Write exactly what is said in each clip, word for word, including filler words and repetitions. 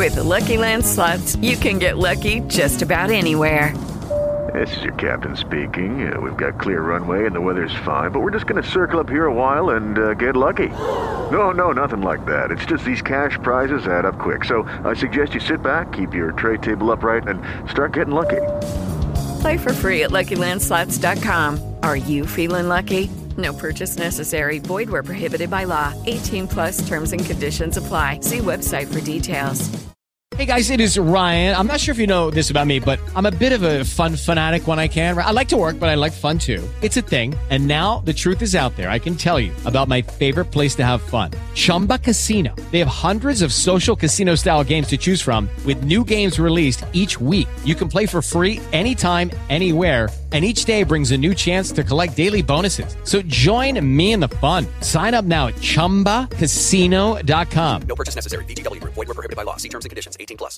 With the Lucky Land Slots, you can get lucky just about anywhere. This is your captain speaking. Uh, we've got clear runway and the weather's fine, but we're just going to circle up here a while and uh, get lucky. No, no, nothing like that. It's just these cash prizes add up quick. So I suggest you sit back, keep your tray table upright, and start getting lucky. Play for free at Lucky Land Slots dot com. Are you feeling lucky? No purchase necessary. Void where prohibited by law. eighteen plus terms and conditions apply. See website for details. Hey guys, it is Ryan. I'm not sure if you know this about me, but I'm a bit of a fun fanatic when I can. I like to work, but I like fun too. It's a thing. And now the truth is out there. I can tell you about my favorite place to have fun. Chumba Casino. They have hundreds of social casino style games to choose from with new games released each week. You can play for free anytime, anywhere. And each day brings a new chance to collect daily bonuses. So join me in the fun. Sign up now at chumba casino dot com. No purchase necessary. V G W. Void where prohibited by law. See terms and conditions. eighteen plus.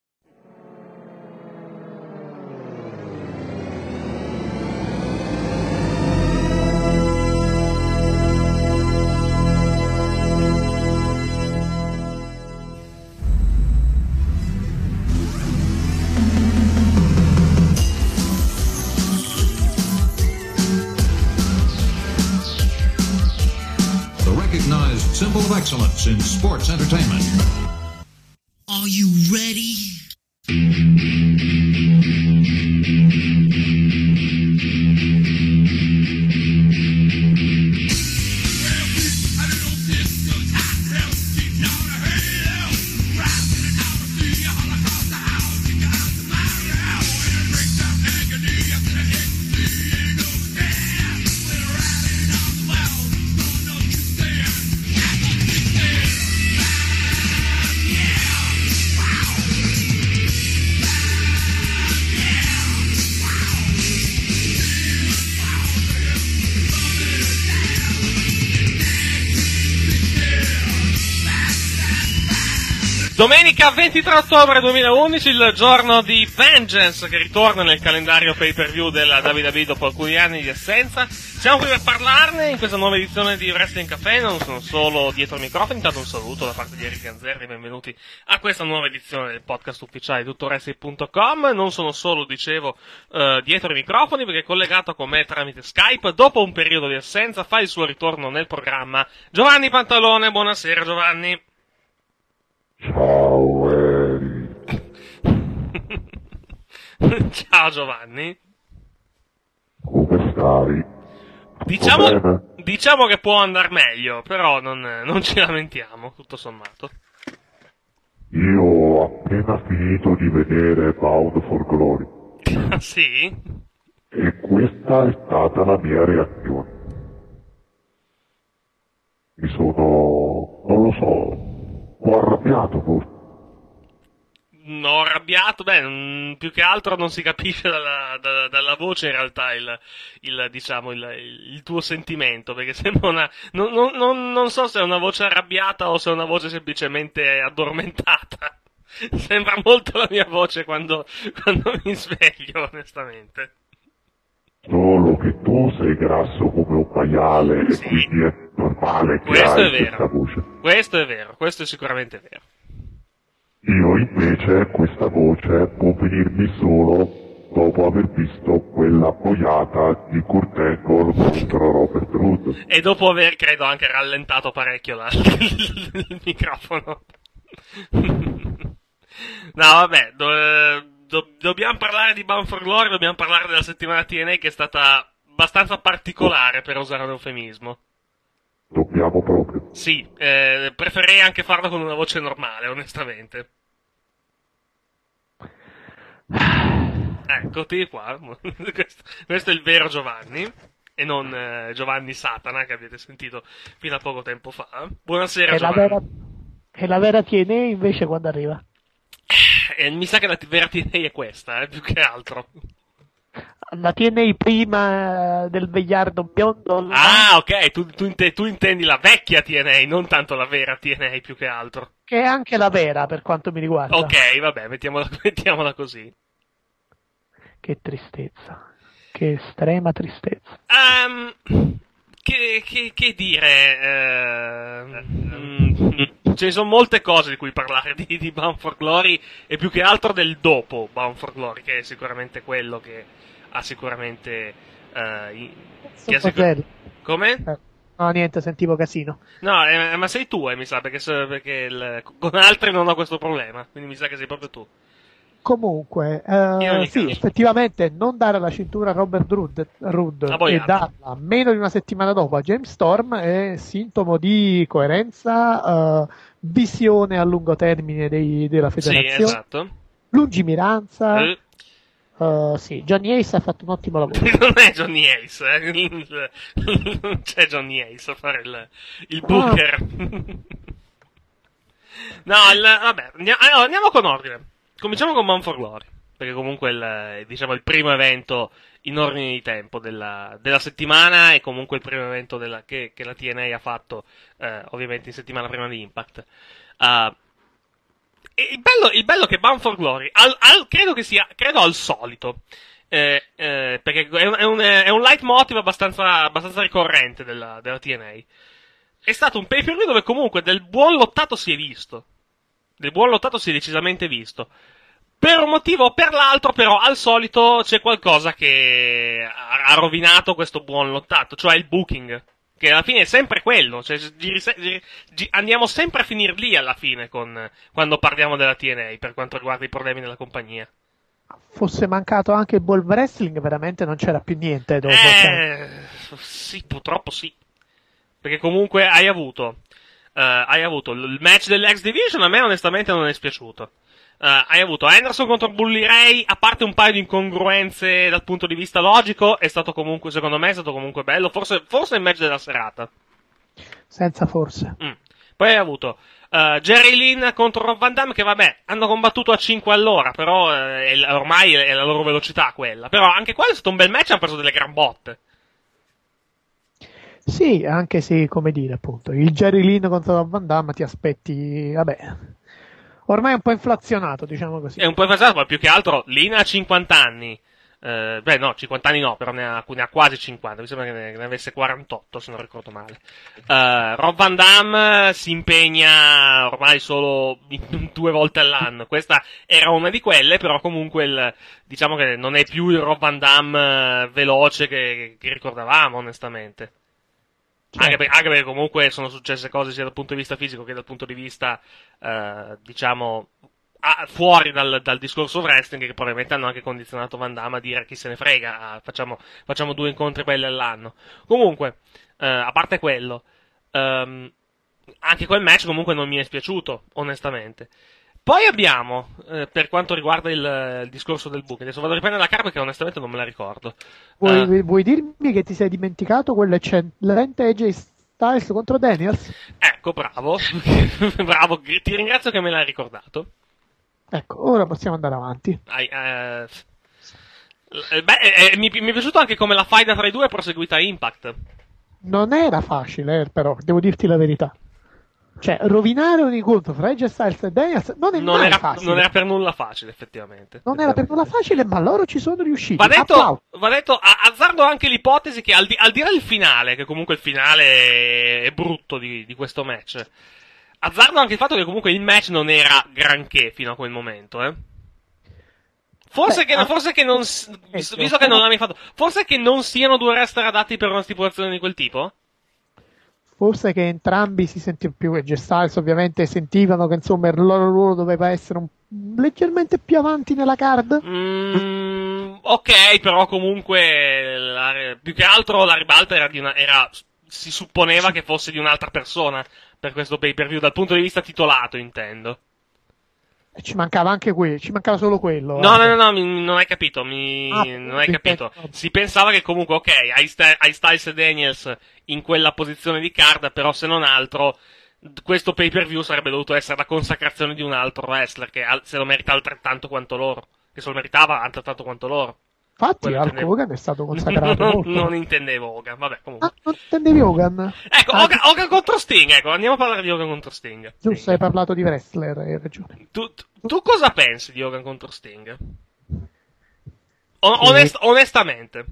Recognized symbol of excellence in sports entertainment. Are you ready? Domenica ventitré ottobre duemilaundici, il giorno di Vengeance che ritorna nel calendario pay per view della W W E dopo alcuni anni di assenza. Siamo qui per parlarne in questa nuova edizione di Wrestling Café. Non sono solo dietro il microfono, intanto un saluto da parte di Eric Ganzerri, benvenuti a questa nuova edizione del podcast ufficiale di tutto wrestling punto com. Non sono solo, dicevo, uh, dietro i microfoni, perché è collegato con me tramite Skype, dopo un periodo di assenza, fa il suo ritorno nel programma Giovanni Pantalone. Buonasera Giovanni. Ciao Eric. Ciao Giovanni. Come stai? Diciamo, diciamo che può andar meglio, però non, non ci lamentiamo, tutto sommato. Io ho appena finito di vedere Bound for Glory. Ah, sì? E questa è stata la mia reazione. Mi sono... non lo so... ho arrabbiato forse. No, arrabbiato, beh, mh, più che altro non si capisce dalla, da, dalla voce in realtà il, il diciamo, il, il tuo sentimento, perché sembra una, non, non, non, non so se è una voce arrabbiata o se è una voce semplicemente addormentata. Sembra molto la mia voce quando, quando mi sveglio, onestamente. Solo che tu sei grasso come un maiale, sì. E quindi è normale che questo hai è vero. questa voce. Questo è vero, questo è sicuramente vero. Io invece questa voce può venirmi solo dopo aver visto quella boiata di Kurt Angle contro Robert Roode. E dopo aver, credo, anche rallentato parecchio la, il, il microfono. No, vabbè, do, do, dobbiamo parlare di Bound for Glory, dobbiamo parlare della settimana T N A che è stata abbastanza particolare, per usare un eufemismo. Dobbiamo proprio. Sì, eh, preferirei anche farlo con una voce normale, onestamente. Eccoti qua. questo, questo è il vero Giovanni, e non eh, Giovanni Satana che avete sentito fino a poco tempo fa. Buonasera e Giovanni. La vera, e la vera T N A invece quando arriva? Eh, mi sa che la t- vera T N A è questa, eh, più che altro. La T N A prima del vegliardo biondo. Ah, ok, tu, tu, inte- tu intendi la vecchia T N A, non tanto la vera T N A più che altro. Che è anche la vera per quanto mi riguarda. Ok, vabbè, mettiamola, mettiamola così. Che tristezza, che estrema tristezza. Um, che, che, che dire? Uh, mm, ce ne sono molte cose di cui parlare di, di Bound for Glory, e più che altro del dopo Bound for Glory, che è sicuramente quello che ha sicuramente uh, che ha sicur- come? Eh, no, niente, sentivo casino. No, eh, ma sei tu, eh, mi sa, perché, perché il, con altri non ho questo problema, quindi mi sa che sei proprio tu. Comunque, eh, sì, effettivamente non dare la cintura a Robert Roode, Roode e darla meno di una settimana dopo a James Storm è sintomo di coerenza, eh, visione a lungo termine dei, della federazione, sì, esatto. lungimiranza. Eh. Uh, sì, Johnny Ace ha fatto un ottimo lavoro. Non è Johnny Ace, eh? Non c'è Johnny Ace a fare il, il Booker. No, il, vabbè, andiamo, andiamo con ordine. Cominciamo con Bound for Glory, perché comunque il, diciamo, il primo evento in ordine di tempo della, della settimana, e comunque il primo evento della, che, che la T N A ha fatto, eh, ovviamente in settimana prima di Impact. Uh, il bello, il bello che Bound for Glory, al, al, credo che sia, credo al solito, eh, eh, perché è un, è un, è un leitmotiv abbastanza, abbastanza ricorrente della, della T N A. È stato un pay-per-view dove comunque del buon lottato si è visto. Del buon lottato si è decisamente visto. Per un motivo o per l'altro, però, al solito c'è qualcosa che ha rovinato questo buon lottato, cioè il booking. Che alla fine è sempre quello, cioè giri, giri, giri, andiamo sempre a finire lì alla fine con, quando parliamo della T N A per quanto riguarda i problemi della compagnia. Fosse mancato anche il ball wrestling, veramente non c'era più niente dopo. Eh, cioè. Sì, purtroppo sì. Perché comunque hai avuto, uh, hai avuto il match dell'X Division, a me onestamente non è spiaciuto. Uh, hai avuto Anderson contro Bully Ray, a parte un paio di incongruenze dal punto di vista logico, è stato comunque, secondo me, è stato comunque bello, forse, forse il match della serata. Senza forse. Mm. Poi hai avuto uh, Jerry Lynn contro Rob Van Dam, che vabbè, hanno combattuto a cinque all'ora, però uh, è, ormai è la loro velocità quella. Però anche quello è stato un bel match, hanno preso delle gran botte. Sì, anche se, come dire, appunto, il Jerry Lynn contro Rob Van Dam ti aspetti, vabbè... Ormai è un po' inflazionato, diciamo così. È un po' inflazionato, ma più che altro Lynn ha cinquanta anni. Eh, beh, no, cinquanta anni no, però ne ha, ne ha quasi cinquanta. Mi sembra che ne, che ne avesse quarantotto, se non ricordo male. Eh, Rob Van Dam si impegna ormai solo due volte all'anno. Questa era una di quelle, però comunque il, diciamo che non è più il Rob Van Dam veloce che, che ricordavamo, onestamente. Anche perché, anche perché comunque sono successe cose sia dal punto di vista fisico che dal punto di vista, eh, diciamo, a, fuori dal, dal discorso wrestling, che probabilmente hanno anche condizionato Van Damme a dire chi se ne frega, facciamo, facciamo due incontri belli all'anno. Comunque, eh, a parte quello, ehm, anche quel match comunque non mi è spiaciuto, onestamente. Poi abbiamo, eh, per quanto riguarda il, il discorso del book, adesso vado a riprendere la carta perché onestamente non me la ricordo. Vuoi, Uh, vuoi dirmi che ti sei dimenticato quello eccellente A J Styles contro Daniels? Ecco, bravo, bravo, ti ringrazio che me l'hai ricordato. Ecco, ora possiamo andare avanti. I, uh, beh, eh, mi, mi è piaciuto anche come la faida tra i due è proseguita a Impact. Non era facile, eh, però, devo dirti la verità. Cioè, rovinare un incontro fra A J Styles e Daniels non è non mai era, facile. Non era per nulla facile, effettivamente. Non era per nulla facile, ma loro ci sono riusciti. Va detto, va detto a, azzardo anche l'ipotesi che al di, al di là del finale, che comunque il finale è, è brutto di, di questo match, azzardo anche il fatto che comunque il match non era granché fino a quel momento, eh. Forse, Beh, che, forse che non, visto, visto che non l'hanno mai fatto, forse che non siano due wrestler adatti per una stipulazione di quel tipo? Forse che entrambi si sentivano più, e J Styles ovviamente sentivano che insomma il loro ruolo doveva essere un, leggermente più avanti nella card. Mm, ok, però comunque la, più che altro la ribalta era di una, era, si supponeva che fosse di un'altra persona per questo pay per view dal punto di vista titolato, intendo. E ci mancava anche quello, ci mancava solo quello. No, no, no, no, mi, non hai capito, mi, ah, non hai capito. Si pensava che comunque, ok, hai, hai Styles e Daniels in quella posizione di card, però se non altro, questo pay per view sarebbe dovuto essere la consacrazione di un altro wrestler che se lo merita altrettanto quanto loro, che se lo meritava altrettanto quanto loro. Infatti Hulk Hogan è stato consacrato non, molto. Non intendevo Hogan, vabbè, comunque. Ah, non intendevi Hogan? Ecco, ah, Hogan, Hogan contro Sting, ecco, andiamo a parlare di Hogan contro Sting. Giusto, Sting. hai parlato di wrestler, hai ragione. Tu, tu, tu cosa pensi di Hogan contro Sting? O, onest, onestamente.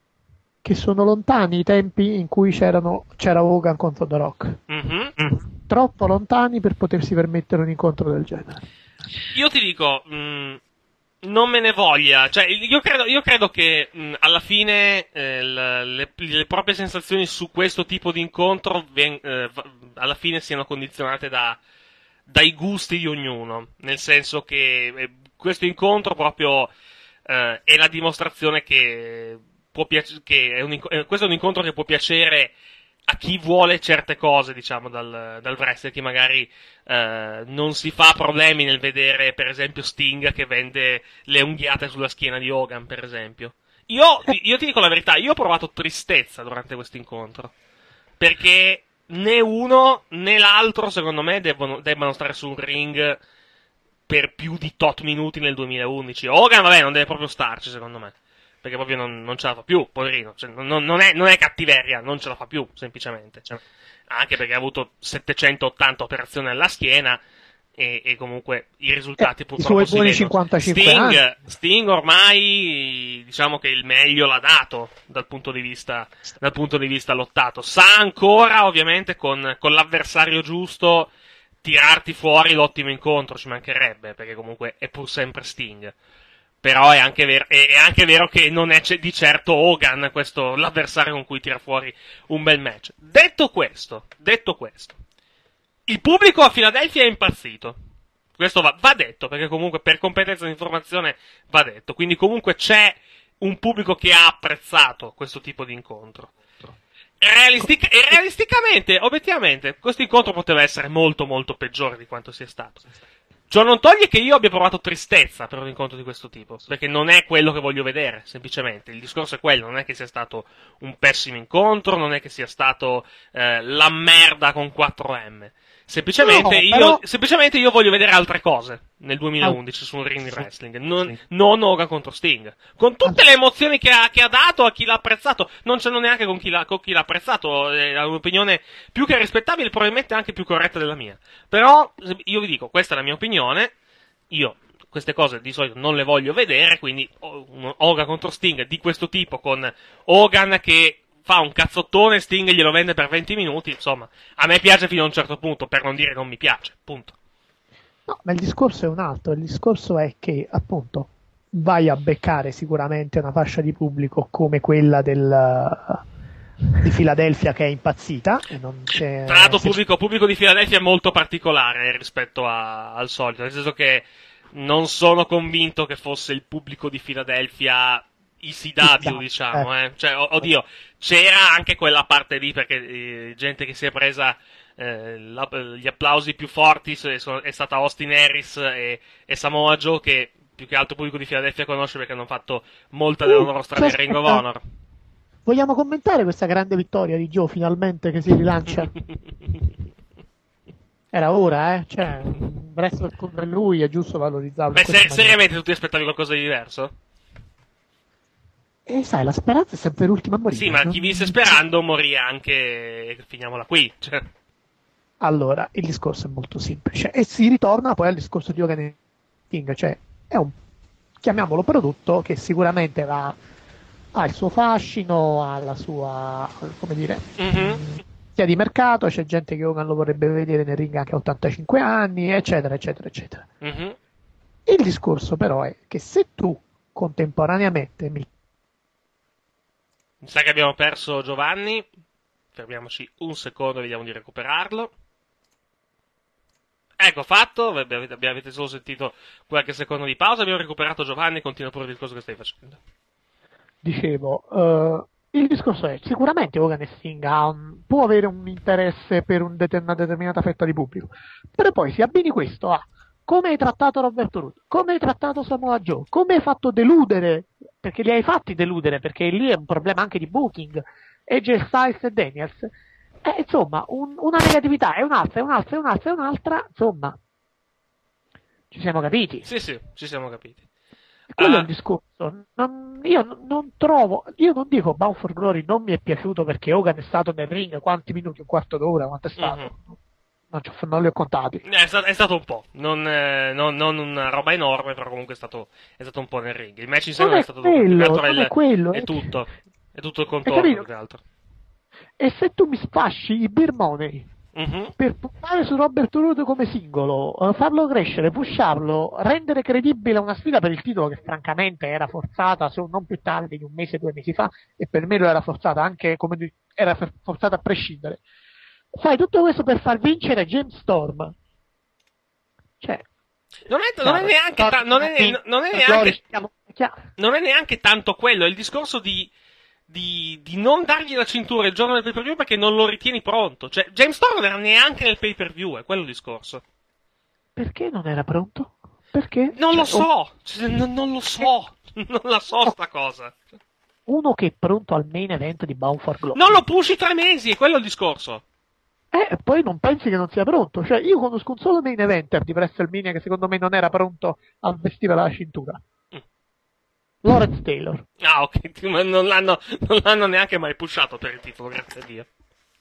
Che sono lontani i tempi in cui c'erano, c'era Hogan contro The Rock. Mm-hmm. Mm. troppo lontani per potersi permettere un incontro del genere. Io ti dico, mh, non me ne voglia, cioè io credo, io credo che mh, alla fine eh, le, le, le proprie sensazioni su questo tipo di incontro ven, eh, alla fine siano condizionate da, dai gusti di ognuno, nel senso che eh, questo incontro proprio eh, è la dimostrazione che può piace, che è un, eh, questo è un incontro che può piacere a chi vuole certe cose, diciamo, dal, dal wrestling, chi magari eh, non si fa problemi nel vedere, per esempio, Sting che vende le unghiate sulla schiena di Hogan, per esempio. Io, io ti dico la verità, io ho provato tristezza durante questo incontro, perché né uno né l'altro, secondo me, devono, debbano stare su un ring per più di tot minuti nel duemilaundici. Hogan, vabbè, non deve proprio starci, secondo me. Perché proprio non, non ce la fa più, poverino. Cioè, non, non, è, non è cattiveria, non ce la fa più, semplicemente. Cioè, anche perché ha avuto settecentottanta operazioni alla schiena e, e comunque i risultati eh, purtroppo i suoi si buoni vedono. cinquantacinque Sting, anni. Sting ormai, diciamo che il meglio l'ha dato dal punto di vista, dal punto di vista lottato. Sa ancora, ovviamente, con, con l'avversario giusto, tirarti fuori l'ottimo incontro, ci mancherebbe, perché comunque è pur sempre Sting. Però è anche, ver- è anche vero che non è c- di certo Hogan questo l'avversario con cui tira fuori un bel match. Detto questo, detto questo, il pubblico a Philadelphia è impazzito. Questo va, va detto, perché comunque per competenza di informazione va detto. Quindi comunque c'è un pubblico che ha apprezzato questo tipo di incontro. Realistic- e realisticamente, obiettivamente, questo incontro poteva essere molto molto peggiore di quanto sia stato. Ciò non toglie che io abbia provato tristezza per un incontro di questo tipo, perché non è quello che voglio vedere, semplicemente. Il discorso è quello, non è che sia stato un pessimo incontro, non è che sia stato eh, la merda con quattro M. Semplicemente, no, però... io, semplicemente io voglio vedere altre cose nel duemilaundici su un ring di wrestling, non, sì. non Hogan contro Sting. Con tutte le emozioni che ha, che ha dato a chi l'ha apprezzato, non c'è neanche con chi l'ha, con chi l'ha apprezzato, è un'opinione più che rispettabile, probabilmente anche più corretta della mia. Però, io vi dico, questa è la mia opinione, io queste cose di solito non le voglio vedere, quindi Hogan contro Sting di questo tipo, con Hogan che fa un cazzottone, Sting glielo vende per venti minuti, insomma, a me piace fino a un certo punto, per non dire non mi piace, punto. No, ma il discorso è un altro, il discorso è che, appunto, vai a beccare sicuramente una fascia di pubblico come quella del, di Philadelphia che è impazzita. E non c'è... Tra l'altro, pubblico, pubblico di Philadelphia è molto particolare rispetto a, al solito, nel senso che non sono convinto che fosse il pubblico di Philadelphia I C W, diciamo, eh. Cioè, oddio, c'era anche quella parte lì, perché eh, gente che si è presa eh, la, gli applausi più forti sono, è stata Austin Harris e, e Samoa Joe, che più che altro il pubblico di Philadelphia conosce perché hanno fatto molta della loro strada in Ring of Honor. Vogliamo commentare questa grande vittoria di Joe, finalmente, che si rilancia? Era ora, eh? Cioè, wrestler come lui è giusto valorizzarlo. Beh, ser- seriamente tu ti aspettavi qualcosa di diverso? E sai, la speranza è sempre l'ultima a morire. Sì, ma chi visse sperando morì anche. Finiamola qui. Cioè. Allora, il discorso è molto semplice. E si ritorna poi al discorso di Hogan e Sting. Cioè, è un, chiamiamolo prodotto, che sicuramente va, ha il suo fascino, ha la sua, come dire, mm-hmm. sia di mercato. C'è gente che Hogan lo vorrebbe vedere nel ring anche a ottantacinque anni, eccetera, eccetera, eccetera. Mm-hmm. Il discorso però è che se tu contemporaneamente mi Mi sa che abbiamo perso Giovanni. Fermiamoci un secondo e vediamo di recuperarlo. Ecco, fatto. Avete, avete solo sentito qualche secondo di pausa. Abbiamo recuperato Giovanni. Continua pure il discorso che stai facendo. Dicevo, uh, il discorso è, sicuramente Hogan e Sting ha un, può avere un interesse per un det- una determinata fetta di pubblico, però poi si abbini questo a come hai trattato Roberto Roode, come hai trattato Samoa Joe, come hai fatto deludere, perché li hai fatti deludere, perché lì è un problema anche di booking, A J Styles e Daniels, eh, insomma, un, una negatività è un'altra, è un'altra, è un'altra, è un'altra, insomma, ci siamo capiti. Sì, sì, ci siamo capiti. Quello uh, è il discorso. Non, io non, non trovo, io non dico Bound for Glory non mi è piaciuto perché Hogan è stato nel ring quanti minuti, un quarto d'ora, quanto è stato? Mm-hmm. Non, non li ho contati. È stato, è stato un po', non, eh, non, non una roba enorme, però comunque è stato, è stato un po' nel ring. Il match in sé non è, è stato quello, tutto, non il, è quello. È tutto, è tutto il contorno, più che altro. E se tu mi sfasci i Beer Money mm-hmm. per puntare su Robert Roode come singolo, farlo crescere, pusharlo, rendere credibile una sfida per il titolo che francamente era forzata, se non più tardi di un mese, due mesi fa, e per me lo era forzata anche come era forzata a prescindere. Fai tutto questo per far vincere James Storm. Cioè, non è, non è neanche ta- non è, non è neanche non è neanche tanto quello, è il discorso di Di, di non dargli la cintura il giorno del pay per view perché non lo ritieni pronto. Cioè, James Storm non era neanche nel pay per view, è quello il discorso. Perché non era pronto? Perché? Non cioè, lo so, oh. cioè, non, non lo so, non la so sta cosa. Uno che è pronto al main event di Bound for Glory. Non lo pushi tre mesi, è quello il discorso. Eh, poi non pensi che non sia pronto. Cioè, io conosco un solo main eventer di WrestleMania che secondo me non era pronto a vestire la cintura. Lawrence Taylor. Ah, ok, ma non l'hanno, non l'hanno neanche mai pushato per il titolo, grazie a Dio.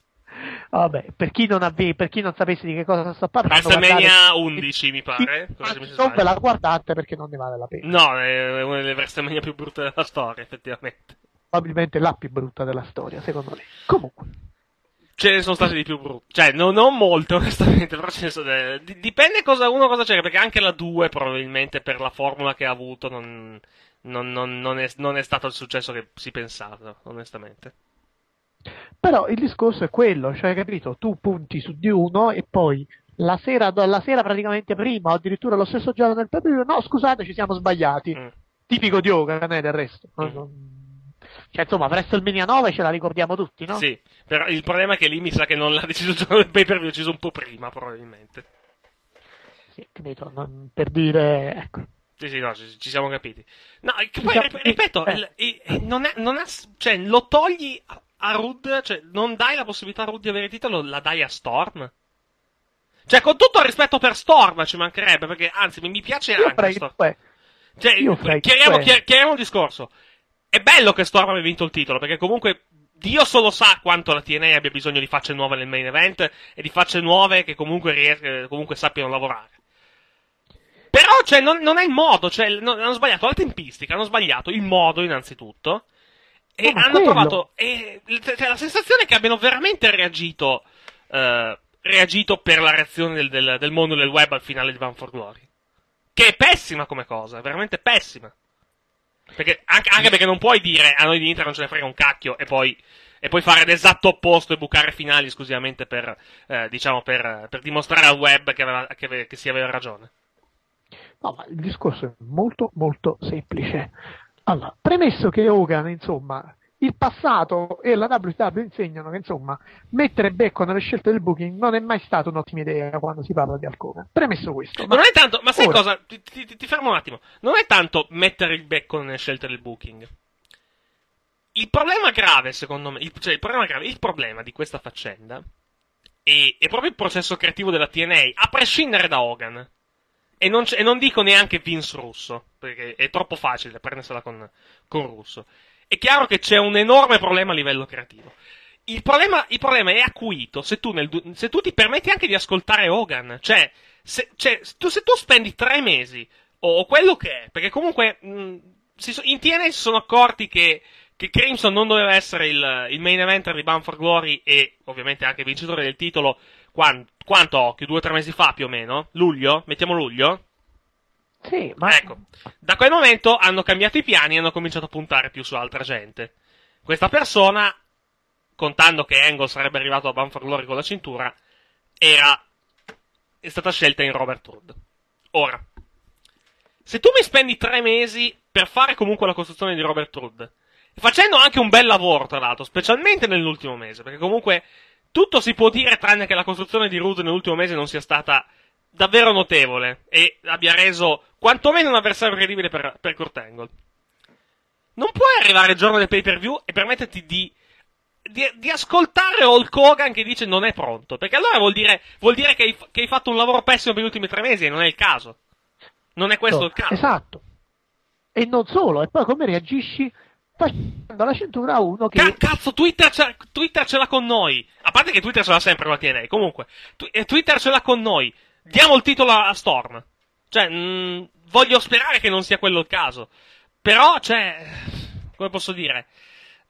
Vabbè, per chi non ave- per chi non sapesse di che cosa sto parlando, WrestleMania undici, mi pare. Non ve la guardate perché non ne vale la pena. No, è una delle WrestleMania più brutte della storia, effettivamente. Probabilmente la più brutta della storia, secondo me. Comunque. Ce ne sono state di più brutte. Cioè, no, non molte, onestamente, però ce ne sono. D- dipende cosa uno cosa c'era, perché anche la due, probabilmente, per la formula che ha avuto, non. Non, non, non, è, non è stato il successo che si pensava, onestamente. Però il discorso è quello, cioè, capito? Tu punti su di uno e poi la sera, la sera praticamente prima, o addirittura lo stesso giorno del pay per view, no, scusate, ci siamo sbagliati. Mm. Tipico di Hogan, eh, del resto. Mm. Non... Cioè, insomma, WrestleMania nove ce la ricordiamo tutti, no? Sì, però il problema è che lì mi sa che non l'ha deciso il giorno del pay per view, l'ha deciso un po' prima, probabilmente. Sì, capito, non, per dire, ecco. Sì, sì, no, ci, ci siamo capiti. No, poi, ripeto, eh. il, non, è, non ha, cioè, lo togli a, a Roode, cioè, non dai la possibilità a Roode di avere il titolo, la dai a Storm? Cioè, con tutto il rispetto per Storm, ci mancherebbe, perché, anzi, mi, mi piace io anche Storm. Due. Cioè, chiariamo, chiar, chiariamo il discorso. È bello che Storm abbia vinto il titolo, perché comunque, Dio solo sa quanto la T N A abbia bisogno di facce nuove nel main event, e di facce nuove che comunque, ries- comunque sappiano lavorare. Però, cioè, non, non è il modo, cioè, non, hanno sbagliato la tempistica, hanno sbagliato il modo, innanzitutto, e oh, hanno quello. trovato, e, cioè, la sensazione è che abbiano veramente reagito, eh, reagito per la reazione del, del, del mondo del web al finale di Bound for Glory. Che è pessima come cosa, è veramente pessima. Perché, anche, anche perché non puoi dire, a noi di Inter non ce ne frega un cacchio, e poi, e poi fare l'esatto opposto e bucare finali esclusivamente per, eh, diciamo, per, per dimostrare al web che, aveva, che, che si aveva ragione. No, ma il discorso è molto molto semplice. Allora, premesso che Hogan, insomma, il passato e la W W E insegnano che, insomma, mettere becco nelle scelte del booking non è mai stata un'ottima idea quando si parla di Hulk Hogan. Premesso questo. Ma non è tanto, ma sai ora, cosa? Ti, ti, ti fermo un attimo. Non è tanto mettere il becco nelle scelte del booking. Il problema grave, secondo me, il, cioè il problema grave, il problema di questa faccenda è, è proprio il processo creativo della T N A, a prescindere da Hogan. E non, e non dico neanche Vince Russo, perché è troppo facile prendersela con, con Russo. È chiaro che c'è un enorme problema a livello creativo. Il problema, il problema è acuito se tu, nel, se tu ti permetti anche di ascoltare Hogan. Cioè, se, cioè, tu, se tu spendi tre mesi, o, o quello che è, perché comunque mh, si, in T N A si sono accorti che, che Crimson non doveva essere il, il main eventer di Bound for Glory e ovviamente anche vincitore del titolo. Quanto, quanto occhio? Due o tre mesi fa più o meno? Luglio? Mettiamo luglio? Sì, ma... Ecco, da quel momento hanno cambiato i piani e hanno cominciato a puntare più su altra gente. Questa persona, contando che Angle sarebbe arrivato a Bound for Glory con la cintura, era... è stata scelta in Robert Roode. Ora, se tu mi spendi tre mesi per fare comunque la costruzione di Robert Roode, facendo anche un bel lavoro tra l'altro, specialmente nell'ultimo mese, perché comunque... tutto si può dire tranne che la costruzione di Roode nell'ultimo mese non sia stata davvero notevole e abbia reso quantomeno un avversario credibile per, per Kurt Angle. Non puoi arrivare il giorno del pay per view e permetterti di, di, di ascoltare Hulk Hogan che dice non è pronto, perché allora vuol dire, vuol dire che, hai, che hai fatto un lavoro pessimo per gli ultimi tre mesi e non è il caso. Non è questo no, il caso. Esatto. E non solo, e poi come reagisci? Facendo la cintura a uno che... C- cazzo, Twitter ce, Twitter ce l'ha con noi. A parte che Twitter ce l'ha sempre con la T N A. Comunque, tu, eh, Twitter ce l'ha con noi. Diamo il titolo a, a Storm. Cioè, mh, voglio sperare che non sia quello il caso. Però, cioè... come posso dire?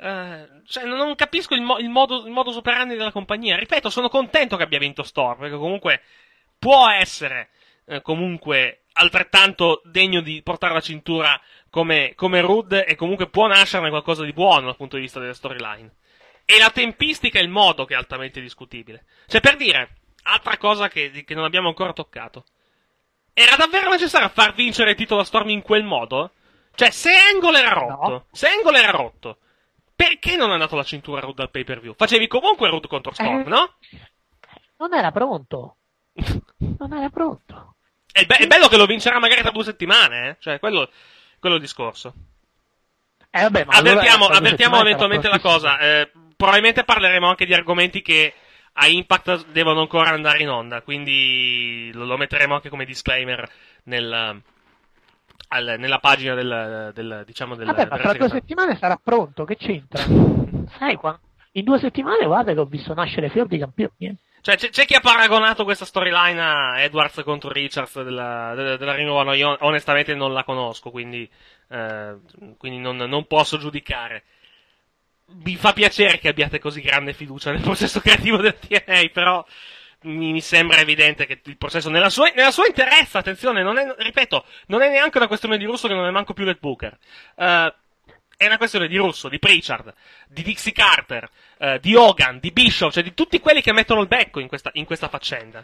Uh, cioè, non capisco il, mo- il modo il modus operandi della compagnia. Ripeto, sono contento che abbia vinto Storm, perché comunque può essere eh, comunque altrettanto degno di portare la cintura come, come Rude, e comunque può nascerne qualcosa di buono dal punto di vista delle storyline. E la tempistica e il modo che è altamente discutibile. Cioè, per dire, altra cosa che, che non abbiamo ancora toccato. Era davvero necessario far vincere il titolo a Storm in quel modo? Cioè, se Angle era rotto, no. se Angle era rotto, perché non ha dato la cintura a Rude al pay-per-view? Facevi comunque Rude contro Storm, eh, no? Non era pronto. Non era pronto. È, be- è bello che lo vincerà magari tra due settimane, eh? Cioè, quello, quello è il discorso. Eh, vabbè, ma avvertiamo allora avvertiamo eventualmente la cosa. Eh, probabilmente parleremo anche di argomenti che a Impact devono ancora andare in onda, quindi lo, lo metteremo anche come disclaimer nel, al, nella pagina del, del diciamo del. Vabbè, ma tra due settimane sarà pronto, che c'entra? Sai qua? In due settimane guarda che ho visto nascere fior di campioni. Eh. Cioè, c'è, c'è chi ha paragonato questa storyline a Edwards contro Richards della, della, della Ring of Honor. Io onestamente non la conosco, quindi, eh, quindi non, non posso giudicare. Mi fa piacere che abbiate così grande fiducia nel processo creativo del T N A, però mi, mi sembra evidente che il processo nella sua, nella sua interezza, attenzione, non è, ripeto, non è neanche una questione di Russo, che non è manco più Red Booker. Uh, è una questione di Russo, di Pritchard, di Dixie Carter, uh, di Hogan, di Bischoff, cioè di tutti quelli che mettono il becco in questa, in questa faccenda.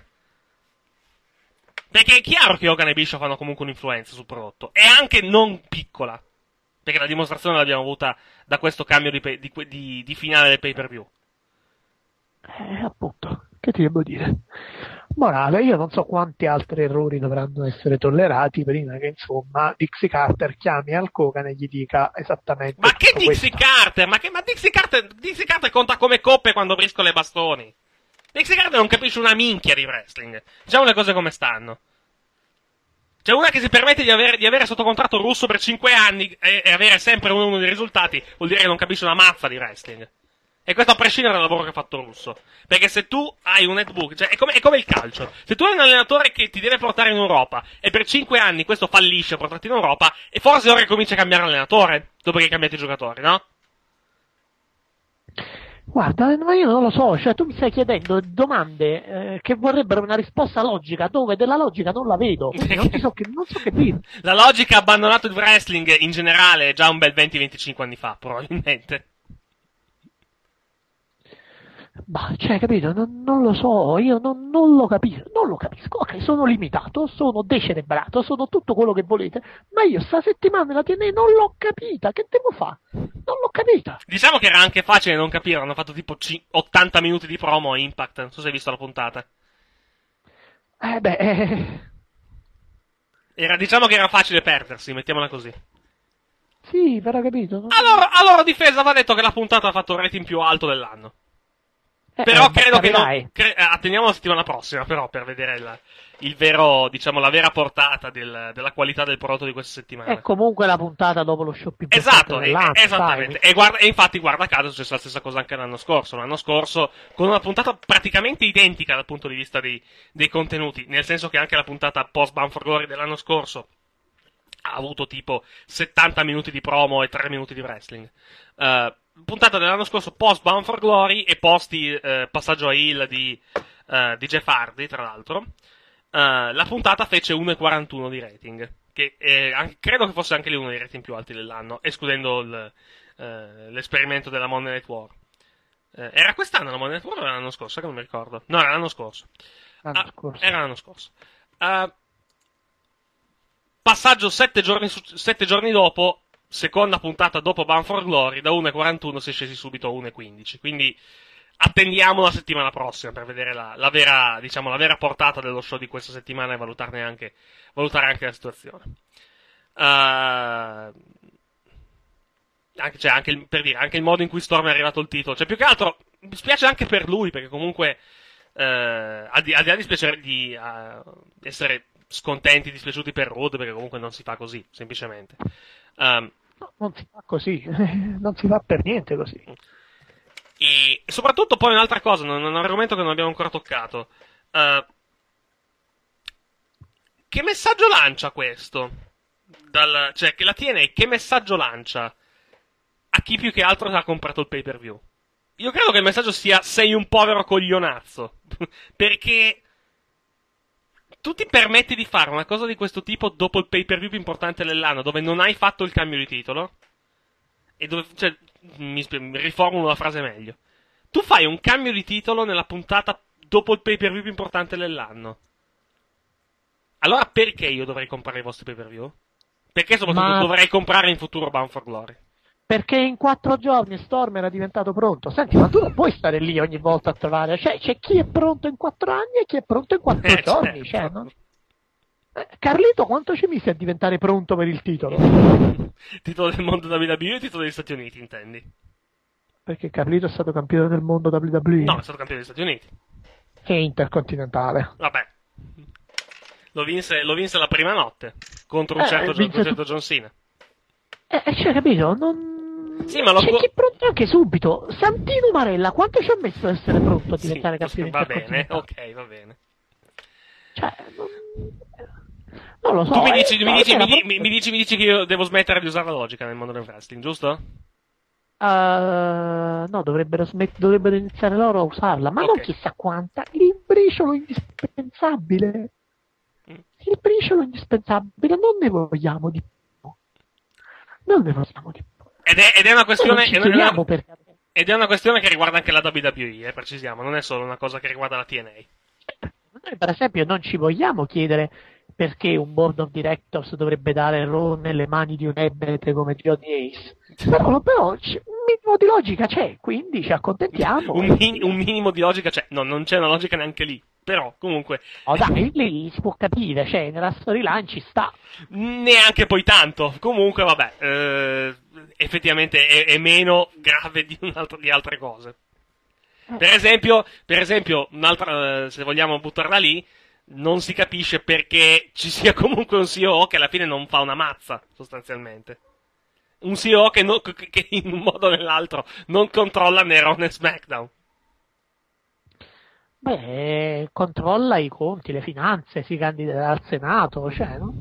Perché è chiaro che Hogan e Bischoff hanno comunque un'influenza sul prodotto, e anche non piccola. Perché la dimostrazione l'abbiamo avuta da questo cambio di, pay, di, di, di finale del pay-per-view. Eh, appunto, che ti devo dire? Morale, io non so quanti altri errori dovranno essere tollerati prima che, insomma, Dixie Carter chiami Hulk Hogan e gli dica esattamente. Ma che Dixie questo. Carter? Ma che ma Dixie Carter? Dixie Carter conta come coppe quando briscola i bastoni. Dixie Carter non capisce una minchia di wrestling. Diciamo le cose come stanno. C'è una che si permette di avere, di avere sotto contratto Russo per cinque anni e, e avere sempre uno, uno dei risultati, vuol dire che non capisce una mazza di wrestling. E questo a prescindere dal lavoro che ha fatto Russo. Perché se tu hai un netbook, cioè è come, è come il calcio. Se tu hai un allenatore che ti deve portare in Europa e per cinque anni questo fallisce a portarti in Europa, e forse ora comincia a cambiare allenatore, dopo che hai cambiato i giocatori, no? Guarda, ma io non lo so, cioè tu mi stai chiedendo domande eh, che vorrebbero una risposta logica, dove della logica non la vedo, non so che, non so che dire. La logica ha abbandonato il wrestling in generale già un bel venti venticinque anni fa, probabilmente. Ma, cioè, capito, non, non lo so, io non, non lo capisco, non lo capisco, ok, sono limitato, sono decerebrato, sono tutto quello che volete, ma io sta settimana la T N A non l'ho capita, che devo fare? Non l'ho capita. Diciamo che era anche facile non capire, hanno fatto tipo ottanta minuti di promo a Impact, non so se hai visto la puntata. Eh beh... Eh... Era, diciamo che era facile perdersi, mettiamola così. Sì, però capito. No? Allora, allora difesa va detto che la puntata ha fatto il rating più alto dell'anno. Eh, però eh, credo che non, cre- attendiamo la settimana prossima, però, per vedere il, il vero, diciamo, la vera portata del, della qualità del prodotto di questa settimana. È comunque la puntata dopo lo show più esatto, dell'anno, e, esattamente. E, guarda, e infatti, guarda caso, è successa la stessa cosa anche l'anno scorso. L'anno scorso, con una puntata praticamente identica dal punto di vista dei, dei contenuti, nel senso che anche la puntata post Bound for Glory dell'anno scorso ha avuto tipo settanta minuti di promo e tre minuti di wrestling. Uh, puntata dell'anno scorso post Bound for Glory e post uh, passaggio a heel di, uh, di Jeff Hardy, tra l'altro. Uh, la puntata fece uno virgola quarantuno di rating, che è, anche, credo che fosse anche lì uno dei rating più alti dell'anno, escludendo il, uh, l'esperimento della Monday Night War. Uh, era quest'anno la Monday Night War o era l'anno scorso? Che non mi ricordo. No, era l'anno scorso. L'anno ah, scorso. Era l'anno scorso. Uh, passaggio sette giorni, sette giorni dopo, seconda puntata dopo Bound for Glory, da uno virgola quarantuno si è scesi subito a uno virgola quindici, quindi attendiamo la settimana prossima per vedere la, la vera, diciamo, la vera portata dello show di questa settimana e valutarne anche, valutare anche la situazione. Uh, anche, cioè, anche il, per dire, anche il modo in cui Storm è arrivato il titolo, cioè più che altro, mi spiace anche per lui, perché comunque, uh, al, di, al di là di spiacere di uh, essere scontenti, dispiaciuti per Rude, perché comunque non si fa così, semplicemente. Um, no, non si fa così, non si fa per niente così. E soprattutto poi un'altra cosa, un, un argomento che non abbiamo ancora toccato. Uh, che messaggio lancia questo? Dal, cioè, che la T N A che messaggio lancia a chi più che altro ha comprato il pay-per-view. Io credo che il messaggio sia: sei un povero coglionazzo. Perché tu ti permetti di fare una cosa di questo tipo dopo il pay-per-view più importante dell'anno, dove non hai fatto il cambio di titolo, e dove, cioè, mi, mi riformulo la frase meglio. Tu fai un cambio di titolo nella puntata dopo il pay-per-view più importante dell'anno. Allora perché io dovrei comprare i vostri pay-per-view? Perché soprattutto Ma... dovrei comprare in futuro Bound for Glory? Perché in quattro giorni Storm era diventato pronto. Senti, ma tu non puoi stare lì ogni volta a trovare. Cioè, c'è chi è pronto in quattro anni e chi è pronto in quattro eh, giorni. Certo. Cioè, no? eh, Carlito, quanto ci mise a diventare pronto per il titolo? Titolo del mondo W W E e titolo degli Stati Uniti, intendi? Perché Carlito è stato campione del mondo W W E? No, è stato campione degli Stati Uniti. E intercontinentale. Vabbè. Lo vinse, lo vinse la prima notte contro un eh, certo, vince un certo John Cena. Eh, cioè, capito? Non... Sì, ma lo c'è chi è pronto anche subito. Santino Marella, quanto ci ha messo ad essere pronto a diventare sì, campione? Va bene, ok, va bene. Cioè, non, non lo so. Tu mi dici, eh, mi, dici, mi, proprio... mi, mi, dici, mi dici che io devo smettere di usare la logica nel mondo del wrestling, giusto? Uh, no, dovrebbero, smet- dovrebbero iniziare loro a usarla, ma okay. non chissà quanta. Il briciolo indispensabile. Mm. Il briciolo indispensabile, non ne vogliamo di più. Non ne vogliamo di più. Ed è, ed è una questione ed è una, perché... ed è una questione che riguarda anche la W W E, eh, precisiamo, non è solo una cosa che riguarda la T N A. Noi per esempio non ci vogliamo chiedere perché un board of directors dovrebbe dare Raw nelle mani di un ebete come Johnny Ace. Però, però un minimo di logica c'è, quindi ci accontentiamo. un, min- un minimo di logica c'è, no, non c'è una logica neanche lì. Però, comunque... Oh dai, lì si può capire, cioè, nella storyline ci sta. Neanche poi tanto. Comunque, vabbè, eh, effettivamente è, è meno grave di, un altro, di altre cose. Per esempio, per esempio, un'altra, se vogliamo buttarla lì, non si capisce perché ci sia comunque un C E O che alla fine non fa una mazza, sostanzialmente. Un C E O che, no, che in un modo o nell'altro non controlla né Raw né SmackDown. Beh, controlla i conti, le finanze, si candida al Senato, cioè, no?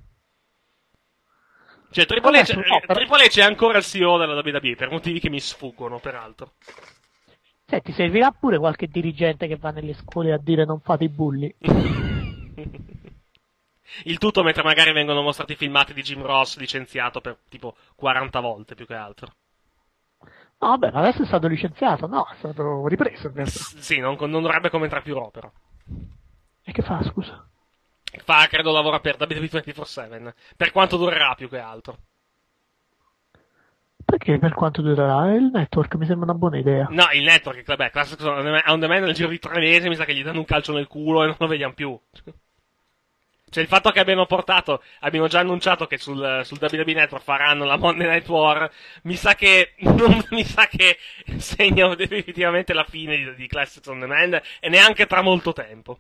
Cioè, Triple H, no, per... Triple H è ancora il C E O della W W E, per motivi che mi sfuggono, peraltro. Senti, servirà pure qualche dirigente che va nelle scuole a dire non fate i bulli. Il tutto mentre magari vengono mostrati filmati di Jim Ross licenziato per tipo quaranta volte, più che altro. No, vabbè, ma adesso è stato licenziato, no, è stato ripreso. S- sì, non, non dovrebbe commentare più Raw, però. E che fa, scusa? Fa, credo, lavora per W W E ventiquattro sette, per quanto durerà più che altro. Perché per quanto durerà? Il network mi sembra una buona idea. No, il network, vabbè, classico on demand nel giro di tre mesi mi sa che gli danno un calcio nel culo e non lo vediamo più. Cioè il fatto che abbiano portato, abbiano già annunciato che sul, sul W W E Network faranno la Monday Night War, mi sa che non, mi sa che segna definitivamente la fine di, di Classics on Demand e neanche tra molto tempo.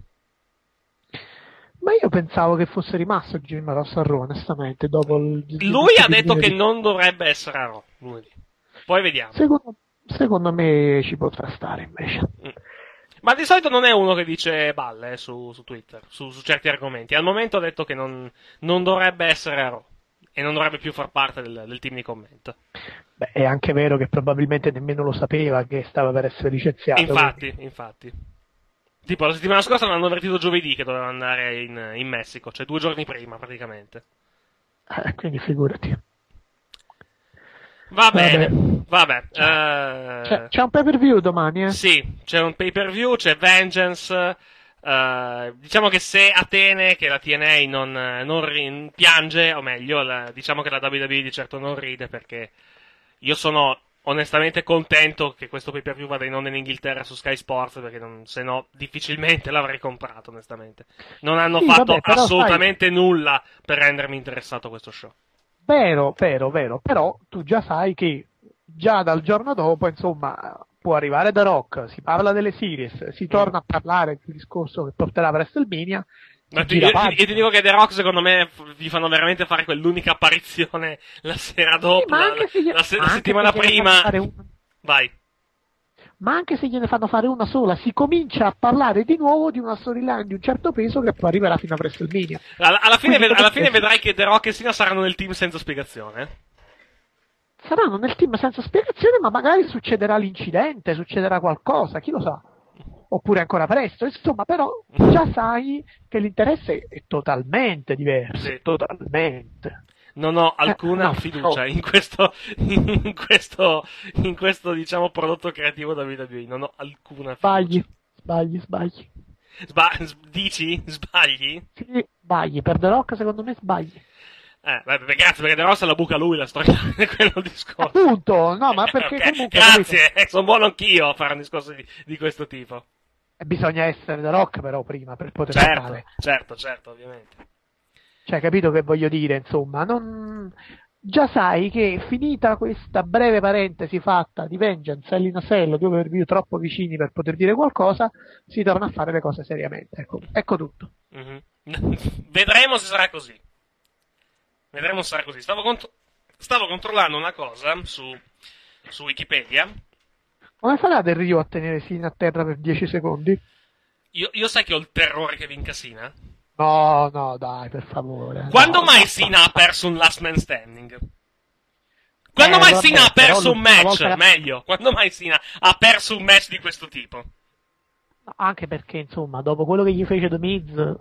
Ma io pensavo che fosse rimasto Jim Ross a Raw, onestamente, dopo il... Lui ha detto che non dovrebbe essere a Raw, lunedì. Poi vediamo. Secondo, secondo me ci potrà stare, invece. Mm. Ma di solito non è uno che dice balle eh, su, su Twitter, su, su certi argomenti. Al momento ha detto che non, non dovrebbe essere a Raw e non dovrebbe più far parte del, del team di commento. Beh, è anche vero che probabilmente nemmeno lo sapeva che stava per essere licenziato. Infatti, quindi. infatti. Tipo, la settimana scorsa l'hanno avvertito giovedì che doveva andare in, in Messico, cioè due giorni prima, praticamente. Eh, quindi figurati. Va bene, vabbè. Uh, c'è, c'è un pay-per-view domani, eh? Sì, c'è un pay-per-view, c'è Vengeance. Uh, diciamo che se Atene, che la T N A non, non ri- piange, o meglio, la, diciamo che la W W E di certo non ride, perché io sono onestamente contento che questo pay-per-view vada in onda in Inghilterra su Sky Sports, perché non, se no difficilmente l'avrei comprato, onestamente. Non hanno sì, fatto vabbè, assolutamente sai... nulla per rendermi interessato a questo show. Vero, vero, vero, però tu già sai che già dal giorno dopo, insomma, può arrivare The Rock, si parla delle series, si torna a parlare del discorso che porterà a WrestleMania. Ma ti, io, io ti dico che The Rock secondo me gli fanno veramente fare quell'unica apparizione la sera dopo, sì, la, la, se, la settimana prima. Un... Vai. Ma anche se gliene fanno fare una sola, si comincia a parlare di nuovo di una storyline di un certo peso che poi arriverà fino a WrestleMania. Alla, alla, fine, ved- alla fine vedrai che The Rock e Cena saranno nel team senza spiegazione. saranno nel team senza spiegazione, ma magari succederà l'incidente, succederà qualcosa, chi lo sa. Oppure ancora presto, insomma, però già sai che l'interesse è totalmente diverso, sì. totalmente. Non ho alcuna eh, no, fiducia no. in questo, in questo, in questo, diciamo, prodotto creativo da W W E. Non ho alcuna fiducia. Sbagli, sbagli, sbagli. Sba- dici? Sbagli? Sì, sbagli. Per The Rock, secondo me, sbagli. Eh, beh, grazie, perché The Rock se la buca lui la storia, è quello il discorso. Appunto, no, ma perché okay. comunque... Grazie, eh, sono buono anch'io a fare un discorso di, di questo tipo. E bisogna essere The Rock, però, prima, per poter certo, fare. Certo, certo, ovviamente. Cioè, capito che voglio dire, insomma, non... già sai che finita questa breve parentesi fatta di Vengeance, Hell in a Cell, due review troppo vicini per poter dire qualcosa, si torna a fare le cose seriamente. Ecco, ecco tutto. Mm-hmm. Vedremo se sarà così. Vedremo se sarà così. Stavo, contro- stavo controllando una cosa su, su Wikipedia. Come farà Del Rio a tenere Sina a terra per dieci secondi? Io, io sai che ho il terrore che vinca Sina? No, no, dai, per favore. Quando no, mai no, Sina no. ha perso un last man standing? Quando eh, mai vabbè, Sina ha perso un match? Volta... Meglio, quando mai Sina ha perso un match di questo tipo? Anche perché, insomma, dopo quello che gli fece The Miz,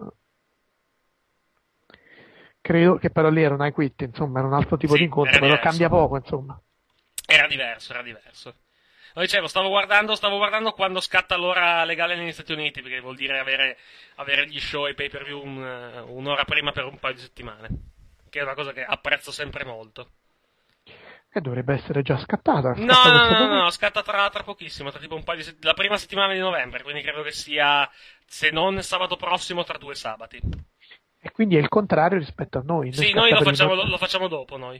credo che però lì era un I quit, insomma, era un altro tipo sì, di incontro, però diverso. cambia poco, insomma. Era diverso, era diverso. Lo dicevo, stavo guardando, stavo guardando quando scatta l'ora legale negli Stati Uniti, perché vuol dire avere, avere gli show e pay per view un, un'ora prima per un paio di settimane. Che è una cosa che apprezzo sempre molto. E dovrebbe essere già scattata. No, no, no, no, no, scatta tra, tra pochissimo, tra tipo un paio di sett- la prima settimana di novembre, quindi credo che sia, se non sabato prossimo, tra due sabati. E quindi è il contrario rispetto a noi. Sì, noi lo facciamo, lo, lo facciamo dopo, noi.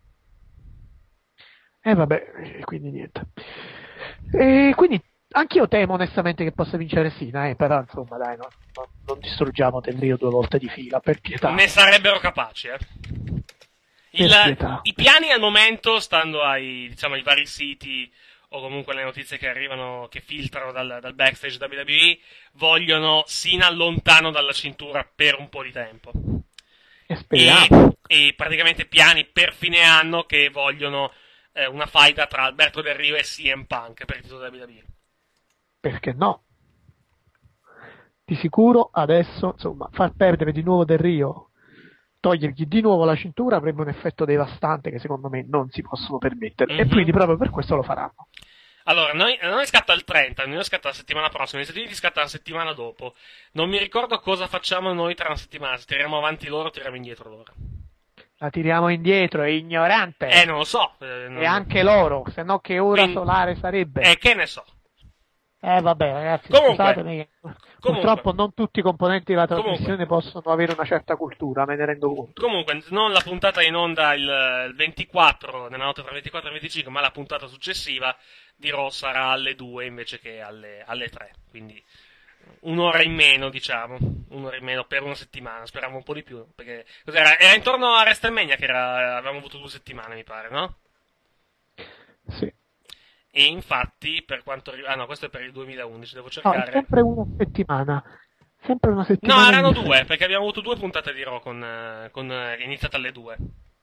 E eh, vabbè, quindi niente. E quindi anch'io temo onestamente che possa vincere Sina, eh, però insomma dai, no, no, non distruggiamo Del Rio due volte di fila, per pietà. Ne sarebbero capaci, eh. Il, I piani al momento, stando ai, diciamo, ai vari siti o comunque le notizie che arrivano, che filtrano dal, dal backstage W W E, vogliono Sina lontano dalla cintura per un po' di tempo. E speriamo. E, e praticamente piani per fine anno che vogliono eh, una faida tra Alberto Del Rio e C M Punk per il titolo W W E. Perché no? Di sicuro adesso, insomma, far perdere di nuovo Del Rio, togliergli di nuovo la cintura avrebbe un effetto devastante che secondo me non si possono permettere, mm-hmm. e quindi proprio per questo lo faranno. Allora, noi, noi scatta il trenta, noi scatta la settimana prossima, negli Stati Uniti scatta la settimana dopo. Non mi ricordo cosa facciamo noi tra una settimana, se tiriamo avanti loro o tiriamo indietro loro. La tiriamo indietro, è ignorante. Eh, non lo so. Eh, non... E anche loro, se no che ora Quindi... solare sarebbe. Eh, che ne so. Eh vabbè ragazzi, comunque, scusatemi, comunque, purtroppo non tutti i componenti della trasmissione comunque, possono avere una certa cultura, me ne rendo conto. Comunque, non la puntata in onda il, il ventiquattro, nella notte tra il ventiquattro e il venticinque, ma la puntata successiva di Raw sarà alle due invece che alle, alle tre, quindi un'ora in meno, diciamo, un'ora in meno per una settimana, speravo un po' di più, perché cos'era? Era intorno a WrestleMania che era, avevamo avuto due settimane, mi pare, no? Sì. E infatti, per quanto riguarda... Ah no, questo è per il duemilaundici, devo cercare... No, è sempre una settimana. Sempre una settimana. No, erano due, perché abbiamo avuto due puntate di Raw con... con iniziate alle due.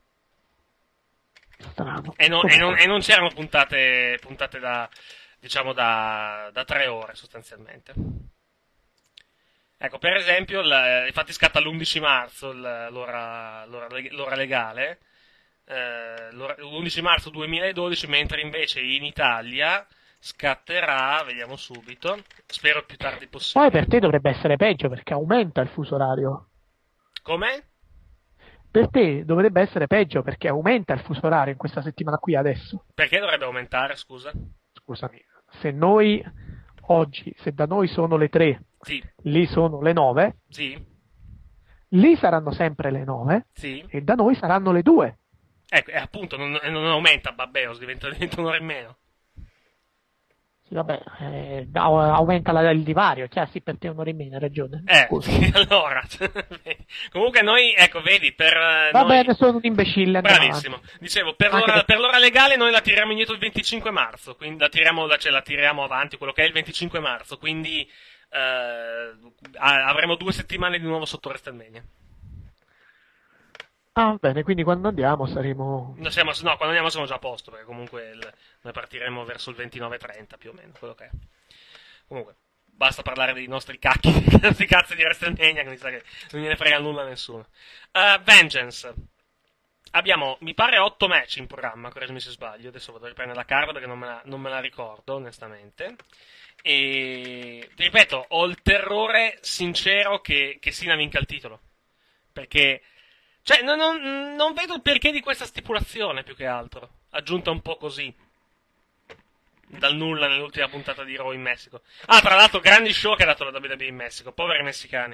Strano. E non, e non, e non c'erano puntate, puntate da... diciamo da, da tre ore, sostanzialmente. Ecco, per esempio, la, infatti scatta l'undici marzo l'ora, l'ora, l'ora legale... Uh, l'undici marzo duemiladodici, mentre invece in Italia scatterà, vediamo subito, spero il più tardi possibile. Poi per te dovrebbe essere peggio perché aumenta il fuso orario. Come? Per te dovrebbe essere peggio perché aumenta il fuso orario in questa settimana qui adesso. Perché dovrebbe aumentare, scusa? Scusami, se noi oggi, se da noi sono le tre, sì. Lì sono le nove, sì. Lì saranno sempre le nove, sì. E da noi saranno le due. Ecco, e appunto, non, non aumenta, Babbeos, diventa, diventa un'ora in meno. Sì, vabbè, eh, aumenta la, il divario, cioè sì, per te un'ora in meno, hai ragione. Eh, sì, allora, comunque noi, ecco, vedi, per Va noi... bene, sono un imbecille. Bravissimo. Avanti. Dicevo, per l'ora, per... per l'ora legale noi la tiriamo indietro il venticinque marzo, quindi la tiriamo, cioè, la tiriamo avanti, quello che è il venticinque marzo, quindi eh, avremo due settimane di nuovo sotto WrestleMania. Ah, bene, quindi quando andiamo saremo... No, siamo, no, quando andiamo siamo già a posto, perché comunque il, noi partiremo verso il ventinove trenta più o meno, quello che è. Comunque, basta parlare dei nostri cacchi, dei nostri cazzi di WrestleMania, che mi sa che non gliene frega nulla a nessuno. Uh, Vengeance. Abbiamo, mi pare, otto match in programma, correggimi se sbaglio, adesso vado a riprendere la carta perché non me la, non me la ricordo, onestamente. E, ti ripeto, ho il terrore sincero che, che Cena vinca il titolo. Perché, cioè, non, non, non vedo il perché di questa stipulazione, più che altro. Aggiunta un po' così. Dal nulla nell'ultima puntata di Raw in Messico. Ah, tra l'altro, grandi show che ha dato la W W E in Messico, poveri messicani.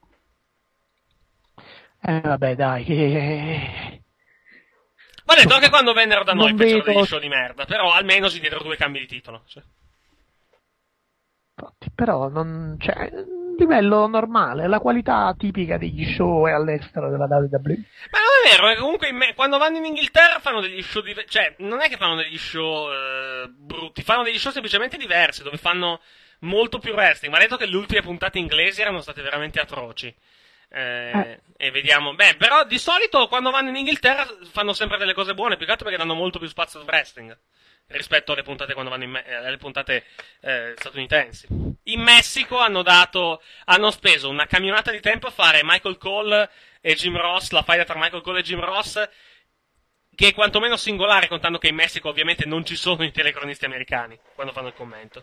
Eh, vabbè, dai, che... Va detto, anche quando vennero da noi Non fecero vedo- degli show di merda, però almeno si diedero due cambi di titolo. Cioè. Infatti, però non c'è un livello normale, la qualità tipica degli show è all'estero della W W E. Ma non è vero, è che comunque in me- quando vanno in Inghilterra fanno degli show diversi, cioè non è che fanno degli show eh, brutti, fanno degli show semplicemente diversi, dove fanno molto più wrestling. Ma ha detto che le ultime puntate inglesi erano state veramente atroci. Eh, Eh. E vediamo, beh, però di solito quando vanno in Inghilterra fanno sempre delle cose buone, più che altro perché danno molto più spazio al wrestling rispetto alle puntate quando vanno in me- eh, alle puntate eh, statunitensi. In Messico hanno dato, hanno speso una camionata di tempo a fare Michael Cole e Jim Ross, la faida tra Michael Cole e Jim Ross, che è quantomeno singolare, contando che in Messico ovviamente non ci sono i telecronisti americani quando fanno il commento.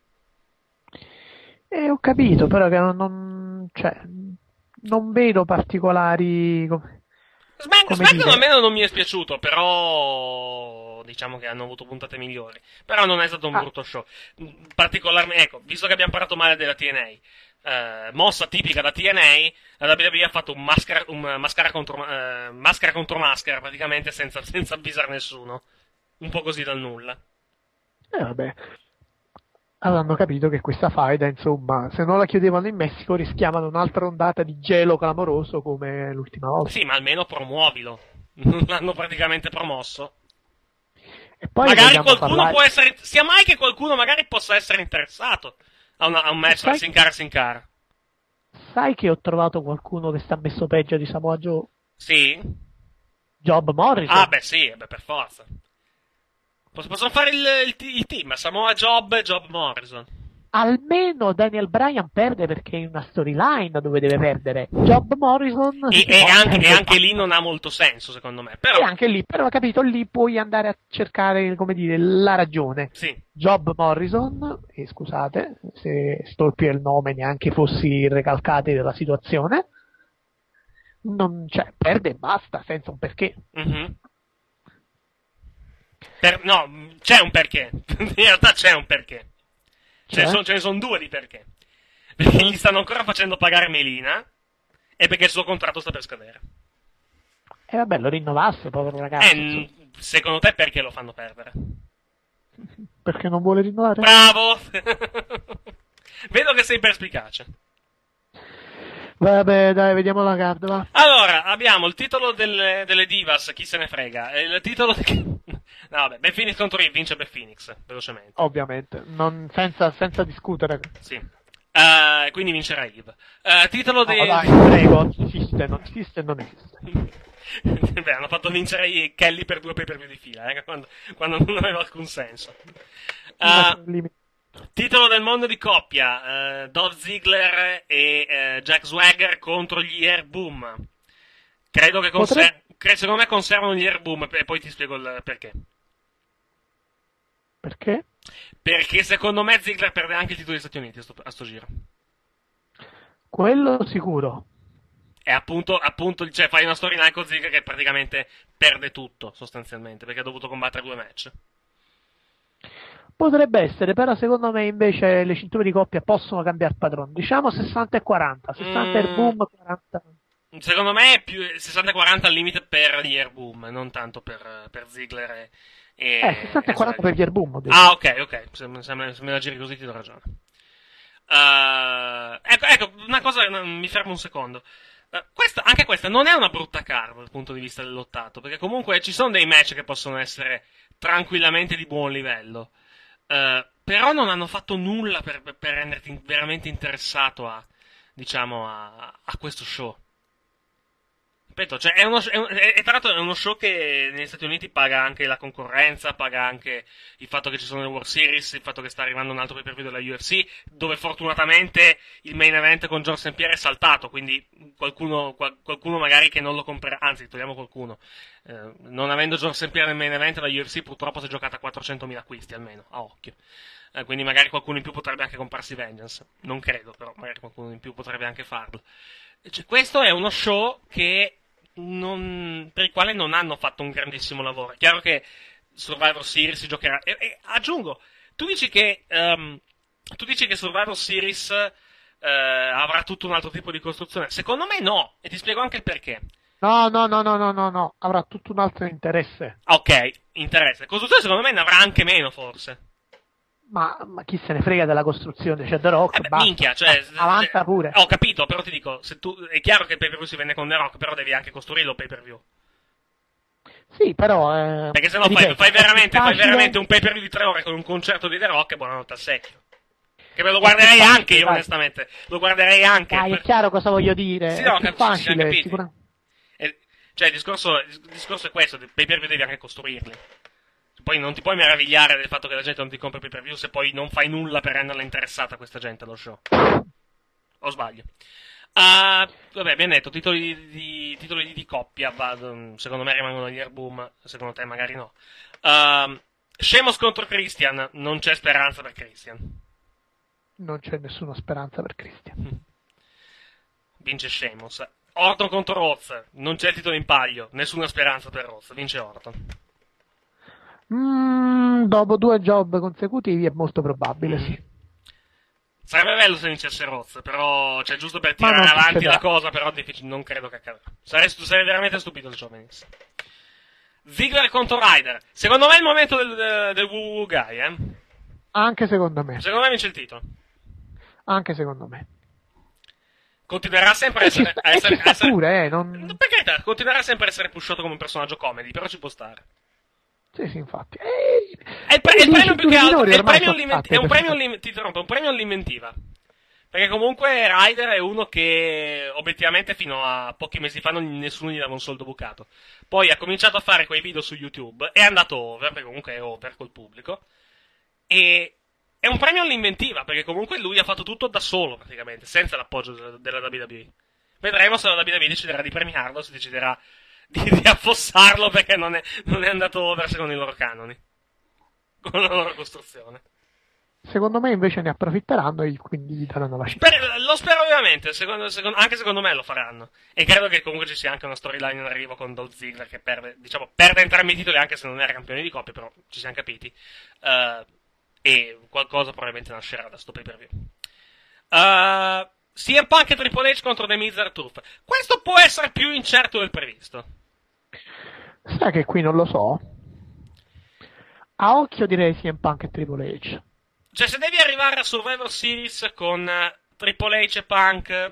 E ho capito, però che non, non, cioè, non vedo particolari... come- Smack- come SmackDown dire. almeno non mi è spiaciuto, però diciamo che hanno avuto puntate migliori. Però non è stato un Ah. brutto show. Particolarmente, ecco, visto che abbiamo parlato male della T N A, eh, mossa tipica da T N A, la W W E ha fatto un maschera, un maschera contro eh, maschera contro maschera, praticamente senza, senza avvisare nessuno. Un po' così dal nulla. Eh, vabbè. Avranno capito che questa faida, insomma, se non la chiudevano in Messico rischiavano un'altra ondata di gelo clamoroso come l'ultima volta. Sì, ma almeno promuovilo. Non l'hanno praticamente promosso. E poi Magari vogliamo qualcuno parlare- può essere, sia mai che qualcuno magari possa essere interessato a, una, a un match Sai- tra Sin Cara e Sin Cara. Sai che ho trovato qualcuno che sta messo peggio di Samoa Joe? Sì? Job Morrison. Ah, beh, sì, beh, per forza. Poss- Possono fare il, il, il team, Samoa Job e Job Morrison. Almeno Daniel Bryan perde perché è in una storyline dove deve perdere. Job Morrison... E, e anche, e anche lì non ha molto senso, secondo me. Però, E anche lì, però capito, lì puoi andare a cercare, come dire, la ragione. sì. Job Morrison, e scusate se storpio il nome, neanche fossi recalcati della situazione, non, cioè, perde e basta, senza un perché. Mhm. Per- no, c'è un perché. In realtà c'è un perché. Ce ne, Cioè? sono, ce ne sono due di perché. Perché gli stanno ancora facendo pagare Melina e perché il suo contratto sta per scadere. E vabbè, lo rinnovasse, povero ragazzo. Eh, n- secondo te perché lo fanno perdere? Perché non vuole rinnovare? Bravo! Vedo che sei perspicace. Vabbè, dai, vediamo la card, va. Allora, abbiamo il titolo delle, delle Divas, chi se ne frega. E il titolo... De... No, vabbè, Beth Phoenix contro Eve, vince Beth Phoenix, velocemente. Ovviamente, non, senza, senza discutere. Sì. Uh, quindi vincerà Eve. Uh, titolo No, dei... dai, prego, esiste, non esiste, non esiste. Beh, hanno fatto vincere Kelly per due pay-per-view di fila, eh, quando, quando non aveva alcun senso. Uh, titolo del mondo di coppia, uh, Dolph Ziggler e uh, Jack Swagger contro gli Air Boom. Credo che conser- Potre... cre- secondo me conservano gli Air Boom e poi ti spiego il perché. Perché? Perché secondo me Ziggler perde anche il titolo degli Stati Uniti a sto, a sto giro. Quello sicuro. E appunto, appunto, cioè, fai una storyline con Ziggler che praticamente perde tutto, sostanzialmente, perché ha dovuto combattere due match. Potrebbe essere, però secondo me invece le cinture di coppia possono cambiare padrone. Diciamo sessanta e quaranta. sessanta Mm. Air Boom, quaranta... Secondo me è più sessanta quaranta al limite per gli Air Boom, non tanto per, per Ziggler e... e Eh, sessanta e quaranta per gli Air Boom. ho detto. Ah, ok, ok, se, se, me, se me la giri così ti do ragione. Uh, ecco, ecco, una cosa, mi fermo un secondo. Uh, questa, anche questa non è una brutta card dal punto di vista dell'ottato, perché comunque ci sono dei match che possono essere tranquillamente di buon livello. Uh, però non hanno fatto nulla per, per renderti veramente interessato a, diciamo, a, a questo show. ripeto, cioè è uno, è, un, è, è tra l'altro è uno show che negli Stati Uniti paga anche la concorrenza, paga anche il fatto che ci sono le World Series, il fatto che sta arrivando un altro pay-per-view della U F C, dove fortunatamente il main event con George Saint Pierre è saltato, quindi qualcuno, qual, qualcuno magari che non lo comprerà, anzi togliamo qualcuno, eh, non avendo George Saint Pierre nel main event la U F C purtroppo si è giocata a quattrocentomila acquisti almeno, a occhio. Eh, quindi magari qualcuno in più potrebbe anche comprarsi Vengeance, non credo, però magari qualcuno in più potrebbe anche farlo. Cioè, questo è uno show che non, per il quale non hanno fatto un grandissimo lavoro. È chiaro che Survivor Series si giocherà. E, e aggiungo, tu dici che um, tu dici che Survivor Series uh, avrà tutto un altro tipo di costruzione. Secondo me no, e ti spiego anche il perché. No, no, no, no, no, no, no. Avrà tutto un altro interesse. Ok, interesse. Costruzione secondo me ne avrà anche meno, forse. Ma, ma chi se ne frega della costruzione? C'è The Rock, eh beh, minchia, cioè, avanza pure. Ho capito, però ti dico, se tu, è chiaro che il pay-per-view si vende con The Rock, però devi anche costruirlo il pay-per-view. Sì, però... Eh, perché se no fai, fai, veramente, fai veramente un pay-per-view di tre ore con un concerto di The Rock e buonanotte al secchio. Che me lo guarderei anche io, onestamente. Lo guarderei anche. Dai, è chiaro cosa voglio dire. Sì, no, è più facile, sicuramente. Cioè, il discorso, il discorso è questo, il pay-per-view devi anche costruirli. Poi non ti puoi meravigliare del fatto che la gente non ti compra pay per view se poi non fai nulla per renderla interessata questa gente allo show. O sbaglio? Uh, vabbè, abbiamo detto, titoli di, di, titoli di, di coppia, vado, secondo me rimangono gli Airboom, secondo te magari no. Uh, Sheamus contro Christian, non c'è speranza per Christian. Non c'è nessuna speranza per Christian. Vince Sheamus. Orton contro Roz, non c'è il titolo in palio, nessuna speranza per Roz, vince Orton. Mm, dopo due job consecutivi è molto probabile, mm. sì. Sarebbe bello se vincesse Roz, però, cioè, giusto per tirare avanti succederà. La cosa, però difficile, non credo che accadrà. Sarei, sarei veramente stupito se ciò venisse. Ziggler contro Ryder. Secondo me è il momento del, del, del Woo Woo Guy, eh? Anche secondo me. Secondo me vince il titolo. Anche secondo me. Continuerà sempre a essere... Sta, a essere, sta a essere pure, eh, non... Per carità, continuerà sempre a essere pushato come un personaggio comedy, però ci può stare. Sì, sì, infatti. Eh, è il, pre- il premio più che altro, è, il premio lim- è un premio lim- ti interrompo, è un premio all'inventiva. Perché comunque Ryder è uno che obiettivamente fino a pochi mesi fa non, nessuno gli dava un soldo bucato. Poi ha cominciato a fare quei video su YouTube, è andato over, perché comunque è over col pubblico, e è un premio all'inventiva, perché comunque lui ha fatto tutto da solo praticamente, senza l'appoggio della, della W W E. Vedremo se la W W E deciderà di premiarlo, se deciderà di, di affossarlo perché non è, non è andato over secondo i loro canoni, con la loro costruzione. Secondo me invece ne approfitteranno e quindi gli daranno la città. Sper- lo spero ovviamente, secondo, secondo, anche secondo me lo faranno. E credo che comunque ci sia anche una storyline in arrivo con Dolph Ziggler che perde, diciamo, perde entrambi i titoli anche se non era campione di coppia, però ci siamo capiti. Uh, e qualcosa probabilmente nascerà da sto pay per view. Uh, C M Punk e Triple H contro The Miz e R-Truth. Questo può essere più incerto del previsto. Sai che qui non lo so. A occhio direi C M Punk e Triple H. Cioè, se devi arrivare a Survivor Series con uh, Triple H e Punk,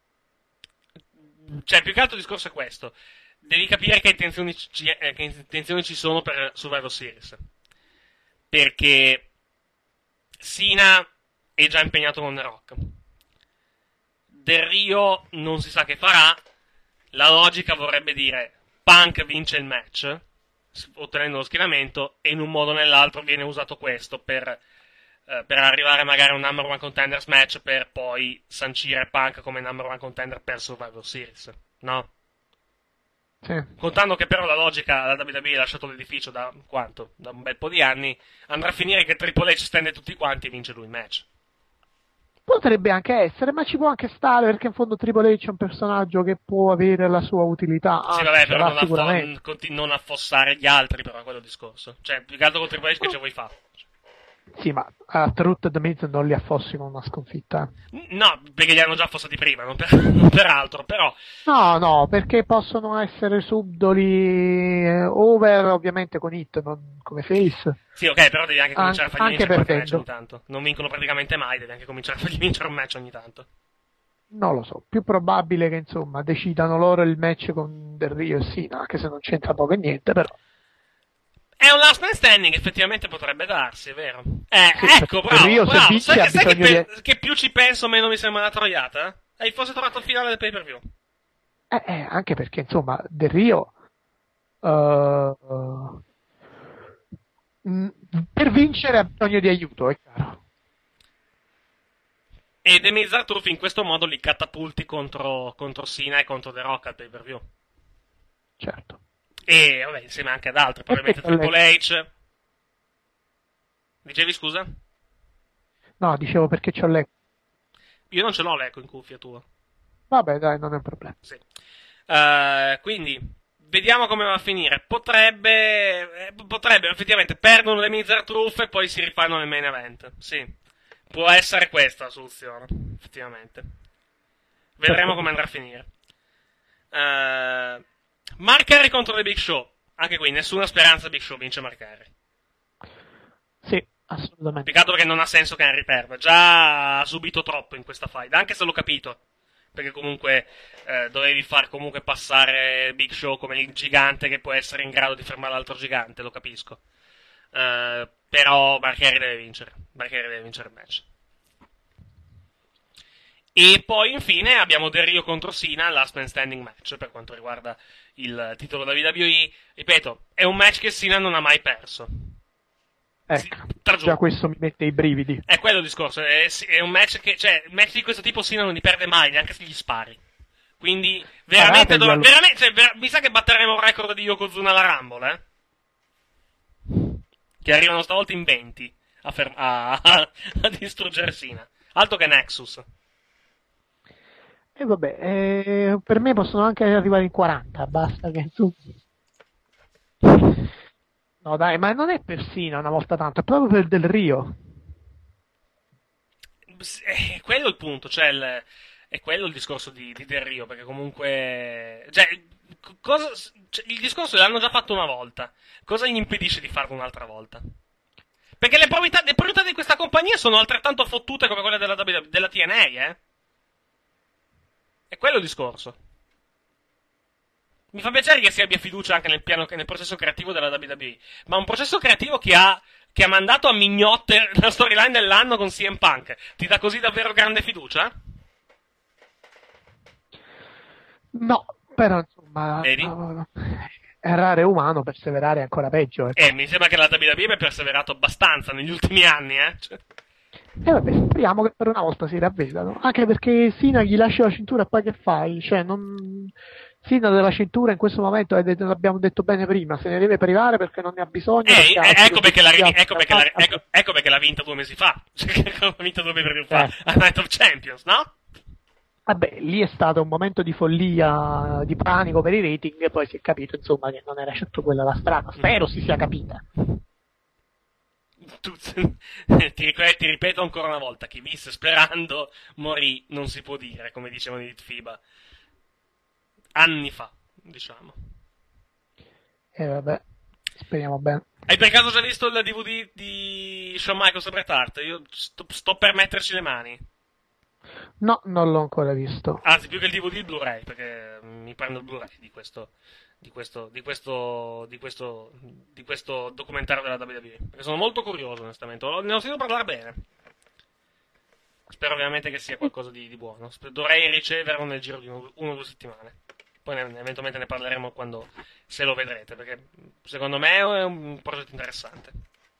cioè, più che altro il discorso è questo. Devi capire che intenzioni ci, eh, che intenzioni ci sono per Survivor Series. Perché Cena è già impegnato con The Rock. Del Rio non si sa che farà. La logica vorrebbe dire Punk vince il match, ottenendo lo schieramento, e in un modo o nell'altro viene usato questo per... per arrivare magari a un number one contenders match per poi sancire Punk come number one contender per Survivor Series, no? Sì. Contando che però la logica, la W W E ha lasciato l'edificio da quanto? Da un bel po' di anni, andrà a finire che Triple H stende tutti quanti e vince lui il match. Potrebbe anche essere, ma ci può anche stare, perché in fondo Triple H è un personaggio che può avere la sua utilità. Sì, vabbè, però non, affo- non affossare gli altri, però è quello il discorso. Cioè, più che altro con Triple H che ce vuoi fare? Sì, ma a Truth e The Miz non li affossi con una sconfitta. No, perché li hanno già affossati prima, non per, non per altro, però... No, no, perché possono essere subdoli eh, over, ovviamente con hit, non come face. Sì, ok, però devi anche cominciare An- a fargli vincere qualche match ogni tanto. Non vincono praticamente mai, devi anche cominciare a fargli vincere un match ogni tanto. Non lo so, più probabile che, insomma, decidano loro il match con Del Rio e Cena, anche se non c'entra poco e niente, però... È un last man standing, effettivamente potrebbe darsi, è vero. Eh, sì, ecco, bravo, Rio, bravo. Se sai, che, sai che, di... pe- che più ci penso meno mi sembra una troiata? Hai forse trovato il finale del pay per view. Eh, eh, anche perché, insomma, Del Rio uh, uh, mh, per vincere ha bisogno di aiuto, è chiaro. E The Miz Truth in questo modo li catapulti contro, contro Cena e contro The Rock al pay-per-view. Certo. E, vabbè, insieme anche ad altri, probabilmente Triple H. Dicevi, scusa? No, dicevo perché c'ho l'eco. Io non ce l'ho l'eco in cuffia tua. Vabbè, dai, non è un problema. Sì. Uh, quindi, vediamo come va a finire. Potrebbe, eh, potrebbe, effettivamente, perdono le Miz Truth e poi si rifanno nel main event. Sì. Può essere questa la soluzione, effettivamente. Vedremo come andrà a finire. Uh, Mark Henry contro The Big Show. Anche qui, nessuna speranza Big Show vince Mark Henry. Sì, assolutamente. Peccato perché non ha senso che Henry perda. Già ha subito troppo in questa fight, anche se l'ho capito. Perché comunque eh, dovevi far comunque passare Big Show come il gigante che può essere in grado di fermare l'altro gigante, lo capisco. Uh, però Mark Henry deve vincere. Mark Henry deve vincere il match. E poi infine abbiamo Del Rio contro Cena, last man standing match per quanto riguarda il titolo W W E. Ripeto, è un match che Cena non ha mai perso. Ecco, già questo mi mette i brividi. È quello il discorso, è, è un match che, cioè, match di questo tipo Cena non li perde mai, neanche se gli spari. Quindi, veramente, dov- veramente cioè, ver- mi sa che batteremo il record di Yokozuna alla Rumble, eh? Che arrivano stavolta in venti a, fer- a-, a-, a distruggere Cena. Altro che Nexus. E eh vabbè, eh, per me possono anche arrivare in quaranta, basta che tu... No dai, ma non è per Cena una volta tanto, è proprio per Del Rio. È quello il punto, cioè il, è quello il discorso di, di Del Rio, perché comunque... Cioè, cosa, cioè, il discorso l'hanno già fatto una volta. Cosa gli impedisce di farlo un'altra volta? Perché le probabilità, le probabilità di questa compagnia sono altrettanto fottute come quelle della, della T N A, eh? È quello il discorso. Mi fa piacere che si abbia fiducia anche nel piano, nel processo creativo della W W E, ma un processo creativo che ha, che ha mandato a mignotte la storyline dell'anno con C M Punk, ti dà così davvero grande fiducia? No, però insomma... Vedi? No, errare è umano, perseverare è ancora peggio. Ecco. Eh, mi sembra che la W W E abbia perseverato abbastanza negli ultimi anni, eh? Cioè... E eh vabbè, speriamo che per una volta si ravvedano, anche perché Cena gli lascia la cintura e poi che fai? Cioè, non... Cena della cintura in questo momento, l'abbiamo detto bene prima, se ne deve privare perché non ne ha bisogno. Eh, perché ecco, perché la, ecco, perché la, ecco, ecco perché l'ha vinta due mesi fa, cioè, l'ha vinta due mesi fa, eh. a Night of Champions, no? Vabbè, lì è stato un momento di follia, di panico per i rating, e poi si è capito, insomma, che non era certo quella la strada. Spero si sia capita. Tu, ti, ti ripeto ancora una volta, chi visse sperando morì, non si può dire, come dicevano i FIBA. Anni fa, diciamo. E eh, vabbè, speriamo bene. Hai per caso già visto il D V D di Shawn Michaels e Bret Hart? Io sto, sto per metterci le mani. No, non l'ho ancora visto. Anzi, più che il D V D, il Blu-ray, perché mi prendo il Blu-ray di questo, di questo, di questo, di questo, di questo documentario della W W E. Perché sono molto curioso, onestamente. Ne ho sentito parlare bene. Spero ovviamente che sia qualcosa di, di buono. Dovrei riceverlo nel giro di uno o due settimane. Poi ne, eventualmente ne parleremo quando, se lo vedrete, perché secondo me è un progetto interessante.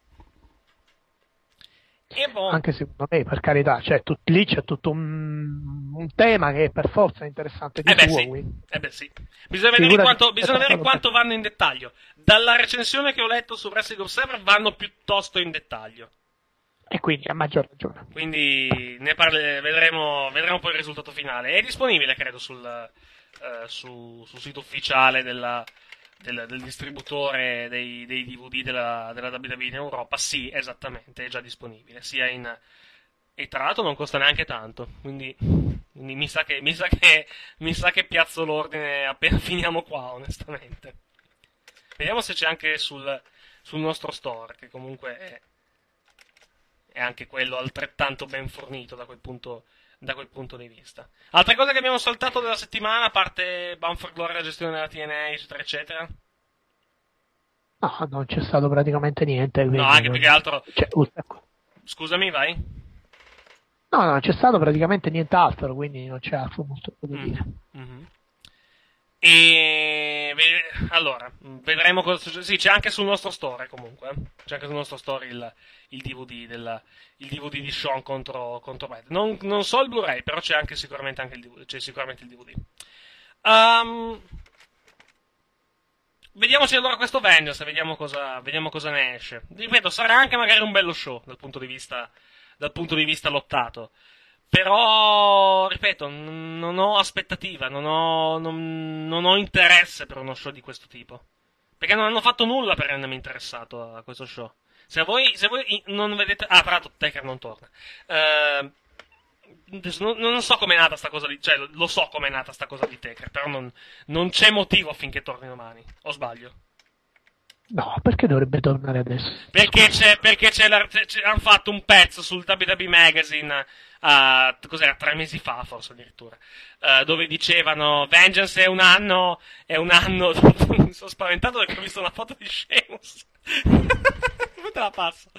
E boh. Anche secondo me, per carità, cioè, tut, lì c'è tutto un, un tema che è per forza interessante di eh beh, suo. Sì. Eh beh sì. Bisogna vedere, quanto, bisogna vedere quanto vanno in dettaglio. Dalla recensione che ho letto su Wrestling Observer vanno piuttosto in dettaglio. E quindi a maggior ragione. Quindi ne parle, vedremo, vedremo poi il risultato finale. È disponibile, credo, sul, uh, su, sul sito ufficiale della, del, del distributore dei, dei D V D della, della W W E in Europa. Sì, esattamente, è già disponibile. Sia in, e tra l'altro non costa neanche tanto. Quindi, quindi mi sa che mi sa che mi sa che piazzo l'ordine appena finiamo qua, onestamente. Vediamo se c'è anche sul, sul nostro store, che comunque è. È anche quello altrettanto ben fornito da quel punto, da quel punto di vista. Altre cose che abbiamo saltato della settimana, a parte Bound for Glory, la gestione della T N A, eccetera, eccetera? No, non c'è stato praticamente niente. No, anche perché altro... Cioè, Scusami, vai? No, no, non c'è stato praticamente nient'altro, quindi non c'è altro molto da dire. Mm-hmm. E allora, vedremo cosa succede. Sì, c'è anche sul nostro store comunque. C'è anche sul nostro store il, il D V D del, il D V D di Sean contro, contro Matt. Non, non so il Blu-ray, però c'è anche sicuramente anche il D V D. C'è sicuramente il D V D. Um, vediamoci allora questo Vengeance, vediamo cosa, vediamo cosa ne esce. Ripeto, sarà anche magari un bello show dal punto di vista, dal punto di vista lottato. Però, ripeto, n- non ho aspettativa, non ho, non, non ho interesse per uno show di questo tipo. Perché non hanno fatto nulla per rendermi interessato a questo show. Se voi, se voi non vedete... Ah, tra l'altro Taker non torna. Eh, non, non so com'è nata sta cosa di... Cioè, lo so com'è nata sta cosa di Taker, però non, non c'è motivo affinché torni domani. O sbaglio? No, perché dovrebbe tornare adesso? Perché c'è, perché c'è, la, c'è hanno fatto un pezzo sul W W E Magazine, uh, cos'era, tre mesi fa, forse addirittura, uh, dove dicevano Vengeance è un anno, è un anno, mi sono spaventato perché ho visto una foto di Sheamus. Come te la passo?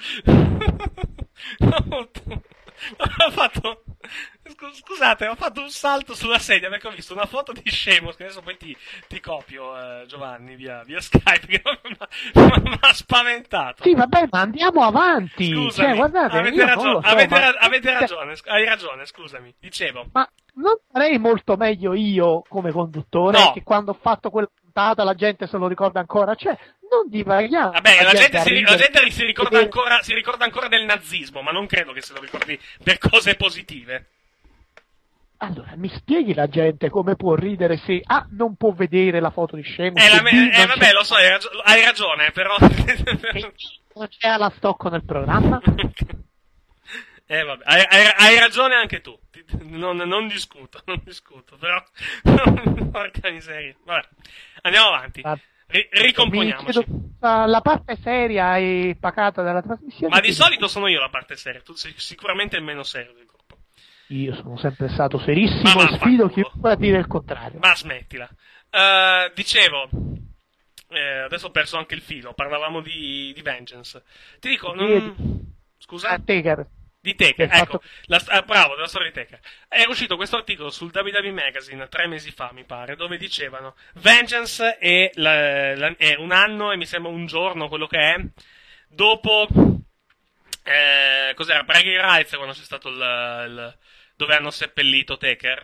ho fatto, scusate, ho fatto un salto sulla sedia perché ho visto una foto di Sheamus, che adesso poi ti, ti copio, eh, Giovanni, via, via Skype, che mi ha spaventato. Sì, vabbè, ma andiamo avanti. Scusami, cioè, guardate, avete, ragione, so, avete, ma... ra- avete ragione, hai ragione, scusami, dicevo. Ma non sarei molto meglio io come conduttore, no. che quando ho fatto quella puntata la gente se lo ricorda ancora, cioè non divaghiamo. Vabbè, la, la, gente, gente si, la gente si ricorda, ancora, si ricorda ancora del nazismo, ma non credo che se lo ricordi per cose positive. Allora, mi spieghi la gente come può ridere se A, non può vedere la foto di Sheamus, eh, la B, me- eh vabbè, lo so, hai, ragio- hai ragione, però... non c'è la stocco nel programma. Eh vabbè, hai, hai, hai ragione anche tu, non, non discuto, non discuto, però... Porca miseria, vabbè, andiamo avanti. R- ricomponiamoci. La parte seria e pacata della trasmissione. Ma di solito sono io la parte seria, tu sei sicuramente il meno serio del gruppo. Io sono sempre stato serissimo e sfido chiunque a dire il contrario. Ma smettila. Uh, dicevo, eh, adesso ho perso anche il filo, parlavamo di, di Vengeance. Ti dico, non... Scusa? A Taker. Di Taker, ecco, la, ah, bravo, della storia di Taker. È uscito questo articolo sul W W E Magazine tre mesi fa, mi pare, dove dicevano Vengeance è, la, la, è un anno e mi sembra un giorno, quello che è, dopo, eh, cos'era, Bragging Rights, quando c'è stato il, il dove hanno seppellito Taker.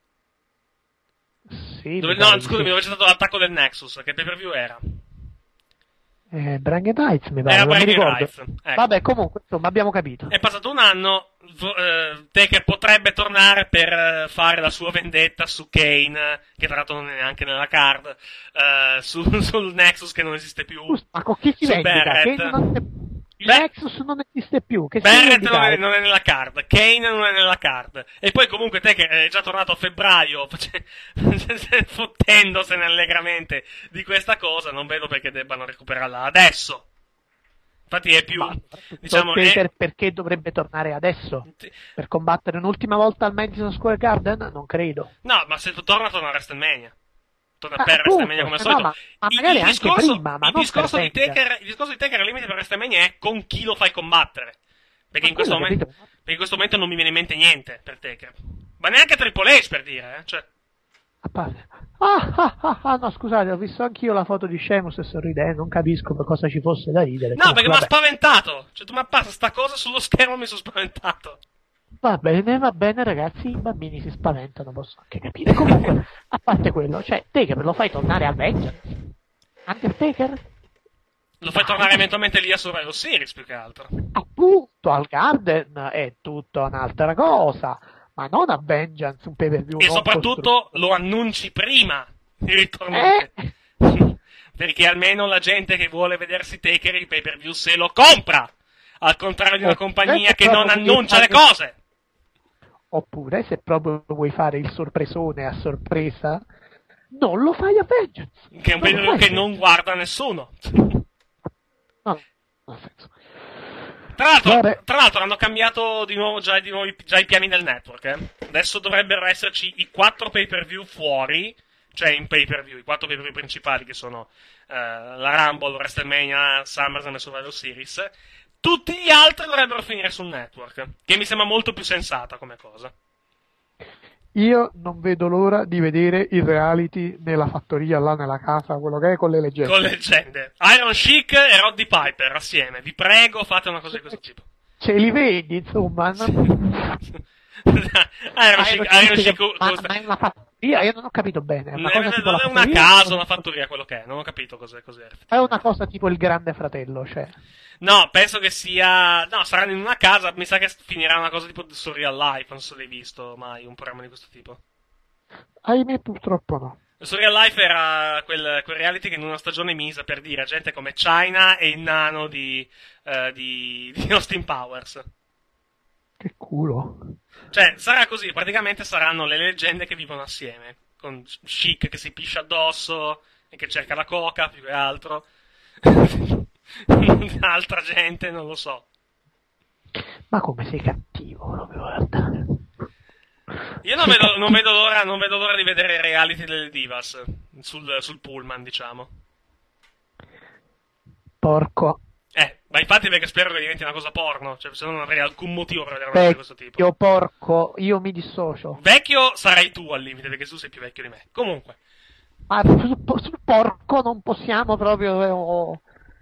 Sì, dove, no, scusami, sì. Dove c'è stato l'attacco del Nexus, che pay per view era? Eh, Bragging Rights mi pare, non mi ricordo. Rights, ecco. Vabbè, comunque, insomma, abbiamo capito. È passato un anno, eh, Taker potrebbe tornare per fare la sua vendetta su Kane, che tra l'altro non è neanche nella card, eh, su, sul Nexus che non esiste più. Scusa, ma con chi si vendica? Kane non è... Il Beh, Nexus non esiste più. Che Barrett non è, non è nella card, Kane non è nella card. E poi comunque Taker è già tornato a febbraio, fottendosene allegramente di questa cosa, non vedo perché debbano recuperarla adesso. Infatti è più... Ma, diciamo, Taker è... perché dovrebbe tornare adesso? Per combattere un'ultima volta al Madison Square Garden? Non credo. No, ma se torna, torna a WrestleMania. Torna ah, per appunto, WrestleMania come al no, solito. Ma, ma magari il, il discorso, anche prima, ma il, discorso di Taker, il discorso di Taker al limite per WrestleMania è con chi lo fai combattere. Perché in, questo momento, perché in questo momento non mi viene in mente niente per Taker. Ma neanche Triple H, per dire, eh. Cioè... Ah, ah, ah, ah, no, scusate, ho visto anch'io la foto di Sheamus e sorridendo, non capisco per cosa ci fosse da ridere. No, perché mi ha spaventato. Cioè, tu mi passa sta cosa sullo schermo e mi sono spaventato. Va bene, va bene, ragazzi, i bambini si spaventano, posso anche capire. Comunque, a parte quello, cioè, Taker lo fai tornare a Vengeance? Undertaker? Lo fai tornare eventualmente lì a Survivor Series, più che altro. Appunto, al Garden è tutta un'altra cosa, ma non a Vengeance, un pay-per-view. E soprattutto lo annunci prima di ritornare. Eh? Perché almeno la gente che vuole vedersi Taker il pay-per-view se lo compra, al contrario di una compagnia eh, che non annuncia le cose. Oppure, se proprio vuoi fare il sorpresone a sorpresa, non lo fai a Vengeance. Che è un pay-per-view che non guarda nessuno. No, non ha senso. Tra l'altro, tra l'altro hanno cambiato di nuovo già, di nuovo già i piani del network. Eh? Adesso dovrebbero esserci i quattro pay-per-view fuori, cioè in pay-per-view, i quattro pay-per-view principali che sono uh, la Rumble, WrestleMania, SummerSlam e Survivor Series. Tutti gli altri dovrebbero finire sul network, che mi sembra molto più sensata come cosa. Io non vedo l'ora di vedere il reality nella fattoria, là nella casa, quello che è, con le leggende. Con le leggende. Iron Sheik e Roddy Piper assieme. Vi prego, fate una cosa di questo tipo. Ce li vedi, insomma. Iron Sheik, Iron Sheik ma, ma è una fattoria? Io non ho capito bene. È una, è, cosa è una casa, una fattoria, quello che è. Non ho capito cos'è. cos'è. È una cosa tipo il Grande Fratello, cioè. No, penso che sia... No, saranno in una casa, mi sa che finirà una cosa tipo Surreal Life, non so se l'hai visto mai, un programma di questo tipo. Ahimè, purtroppo no. Surreal Life era quel, quel reality che in una stagione mise per dire gente come China e il nano di, uh, di, di Austin Powers. Che culo. Cioè, sarà così, praticamente saranno le leggende che vivono assieme, con Chic che si piscia addosso e che cerca la coca, più che altro. Altra gente, non lo so. Ma come sei cattivo, proprio, guarda. Io non vedo, non vedo l'ora, non vedo l'ora di vedere i reality delle divas sul, sul pullman, diciamo. Porco. Eh, ma infatti perché spero che diventi una cosa porno, cioè se no non avrei alcun motivo per vedere una cosa di questo tipo. Vecchio, porco, io mi dissocio. Vecchio sarai tu al limite, perché tu sei più vecchio di me. Comunque. Ma sul, sul porco non possiamo proprio...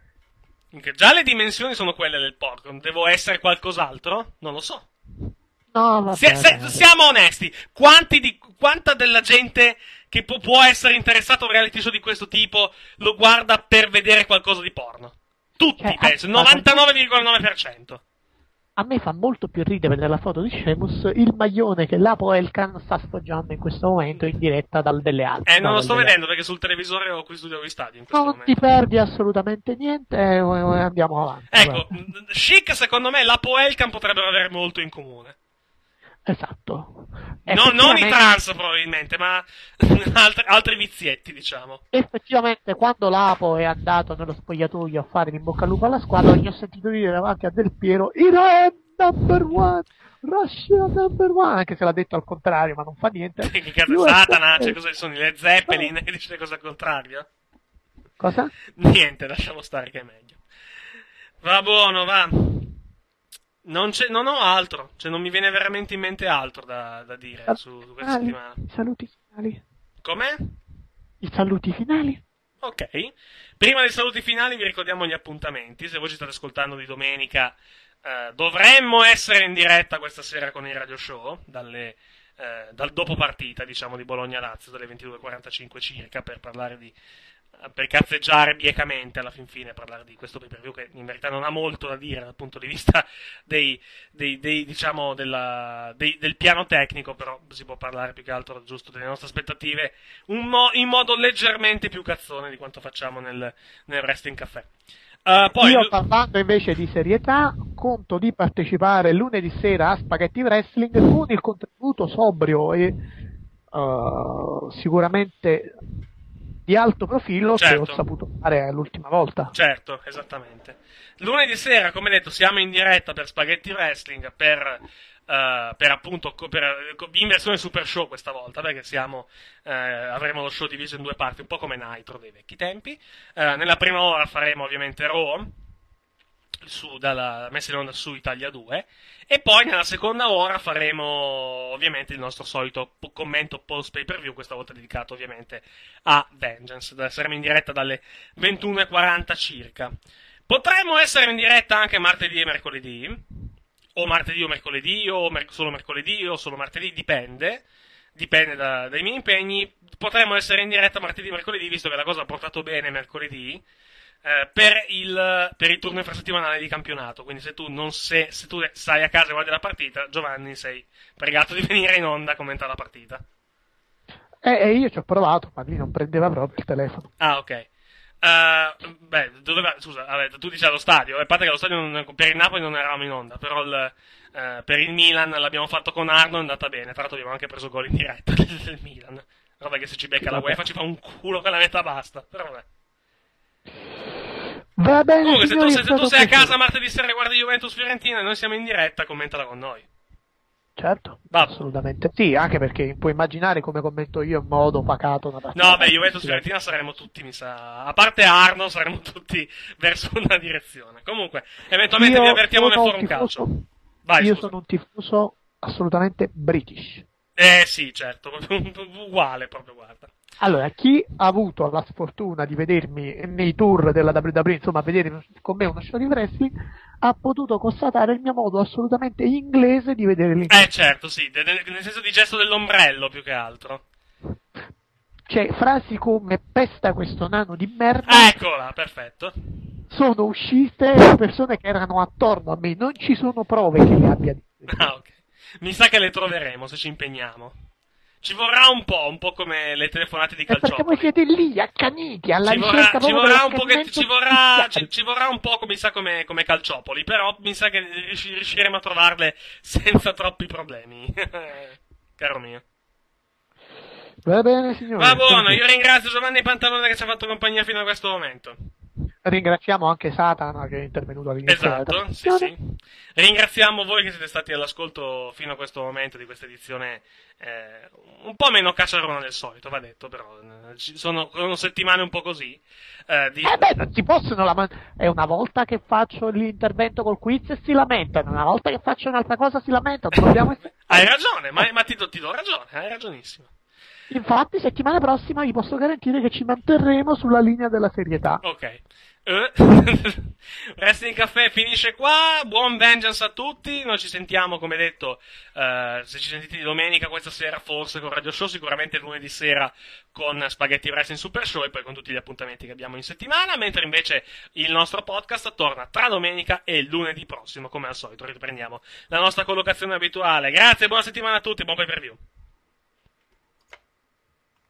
Già le dimensioni sono quelle del porco, devo essere qualcos'altro? Non lo so. No, va si, bene. Se, siamo onesti, quanti di, quanta della gente che può, può essere interessato a un reality show di questo tipo lo guarda per vedere qualcosa di porno? Tutti, cioè, penso, il novantanove virgola nove per cento. A me fa molto più ridere nella foto di Sheamus il maglione che l'Apo Elkan sta sfoggiando in questo momento in diretta dal delle Alpi. Eh, non lo sto vedendo perché sul televisore ho qui studio di stadio in questo non momento. Non ti perdi assolutamente niente e andiamo avanti. Ecco, Chic secondo me l'Apo Elkan potrebbero avere molto in comune. Esatto. No, non i trans probabilmente, ma altri, altri vizietti, diciamo. Effettivamente quando l'Apo è andato nello spogliatoio a fare in bocca al lupo alla squadra, gli ho sentito dire davanti a Del Piero Iran number one, Russia number one, anche se l'ha detto al contrario, ma non fa niente. Che cazzo, Satana, cioè cosa sono i Led Zeppelin che dice le cose al contrario? Cosa? Niente, lasciamo stare che è meglio. Va buono, va. Non, c'è, non ho altro, cioè non mi viene veramente in mente altro da, da dire Sal- su, su questa settimana. I saluti finali. Com'è? I saluti finali. Ok. Prima dei saluti finali vi ricordiamo gli appuntamenti. Se voi ci state ascoltando di domenica, eh, dovremmo essere in diretta questa sera con il radio show, dalle, eh, dal dopo partita, diciamo, di Bologna-Lazio, dalle ventidue e quarantacinque circa, per parlare di... per cazzeggiare biecamente alla fin fine, parlare di questo pay-per-view che in verità non ha molto da dire dal punto di vista dei, dei, dei diciamo della, dei, del piano tecnico, però si può parlare più che altro giusto delle nostre aspettative un mo- in modo leggermente più cazzone di quanto facciamo nel, nel Wrestling Café. Uh, poi... Io, parlando invece di serietà, conto di partecipare lunedì sera a Spaghetti Wrestling con il contributo sobrio e uh, sicuramente di alto profilo, certo, che ho saputo fare l'ultima volta. Certo, esattamente. Lunedì sera, come detto, siamo in diretta per Spaghetti Wrestling, per, uh, per appunto, per, in versione Super Show questa volta, perché siamo, uh, avremo lo show diviso in due parti, un po' come Nitro dei vecchi tempi. Uh, nella prima ora faremo ovviamente Raw, su, dalla, messa in onda su Italia due, e poi nella seconda ora faremo ovviamente il nostro solito commento post pay per view, questa volta dedicato ovviamente a Vengeance. Saremo in diretta dalle ventuno e quaranta circa. Potremmo essere in diretta anche martedì e mercoledì, o martedì o mercoledì, o mer- solo mercoledì o solo martedì, dipende dipende da, dai miei impegni. Potremmo essere in diretta martedì e mercoledì, visto che la cosa ha portato bene mercoledì, Eh, per il per il turno infrasettimanale di campionato. Quindi se tu non sei, se tu stai a casa e guardi la partita, Giovanni, sei pregato di venire in onda a commentare la partita. Eh, eh io ci ho provato, ma lì non prendeva proprio il telefono. Ah, ok. Uh, beh, doveva, scusa, vabbè, tu dici allo stadio, a parte che allo stadio non, per il Napoli non eravamo in onda, però il, uh, per il Milan l'abbiamo fatto con Arno, è andata bene. Tra l'altro abbiamo anche preso gol in diretta del Milan. Roba che se ci becca sì, la UEFA ci fa un culo che la metà basta, però vabbè. Va bene, comunque se tu, signori, se tu sei a casa martedì sera e guardi Juventus Fiorentina e noi siamo in diretta, commentala con noi. Certo, Va. assolutamente sì, anche perché puoi immaginare come commento io in modo pacato una partita. No, beh, Juventus Fiorentina saremo tutti, mi sa, a parte Arno, saremo tutti verso una direzione. Comunque, eventualmente io vi avvertiamo nel forum tifoso, calcio. Vai, io scusa. Sono un tifoso assolutamente British. Eh sì, certo, uguale, proprio, guarda. Allora, chi ha avuto la sfortuna di vedermi nei tour della W W E, insomma, vedere con me uno show di wrestling, ha potuto constatare il mio modo assolutamente inglese di vedere l'inglese. Eh certo, sì, nel senso di gesto dell'ombrello più che altro. Cioè, frasi come "pesta questo nano di merda". Eccola, perfetto. Sono uscite le persone che erano attorno a me, non ci sono prove che le abbia dette. Ah, ok. Mi sa che le troveremo se ci impegniamo. Ci vorrà un po', un po' come le telefonate di Calciopoli. Perché voi siete lì, accaniti, alla ci ricerca vorrà, ci vorrà un po' che, ci vorrà, ci, ci vorrà un po', mi sa, come, come Calciopoli, però mi sa che riusciremo a trovarle senza troppi problemi. Caro mio. Va bene, signore. Va buono, io ringrazio Giovanni Pantalone che ci ha fatto compagnia fino a questo momento. Ringraziamo anche Satana che è intervenuto all'inizio. Esatto, sì, sì. Ringraziamo voi che siete stati all'ascolto fino a questo momento di questa edizione eh, un po' meno cacciarona del solito, va detto, però eh, sono, sono settimane un po' così. Eh, di... eh beh, non si possono lamentare. È una volta che faccio l'intervento col quiz e si lamentano, una volta che faccio un'altra cosa si lamentano. Dobbiamo... Hai ragione, ma, ma ti, do, ti do ragione, hai ragionissimo. Infatti, settimana prossima vi posso garantire che ci manterremo sulla linea della serietà. Ok. Uh, Wrestling Caffè finisce qua. Buon Vengeance a tutti. Noi ci sentiamo, come detto, uh, se ci sentite di domenica, questa sera forse con Radio Show, sicuramente lunedì sera con Spaghetti Wrestling Super Show e poi con tutti gli appuntamenti che abbiamo in settimana, mentre invece il nostro podcast torna tra domenica e lunedì prossimo, come al solito. Riprendiamo la nostra collocazione abituale. Grazie, buona settimana a tutti, buon pay per view.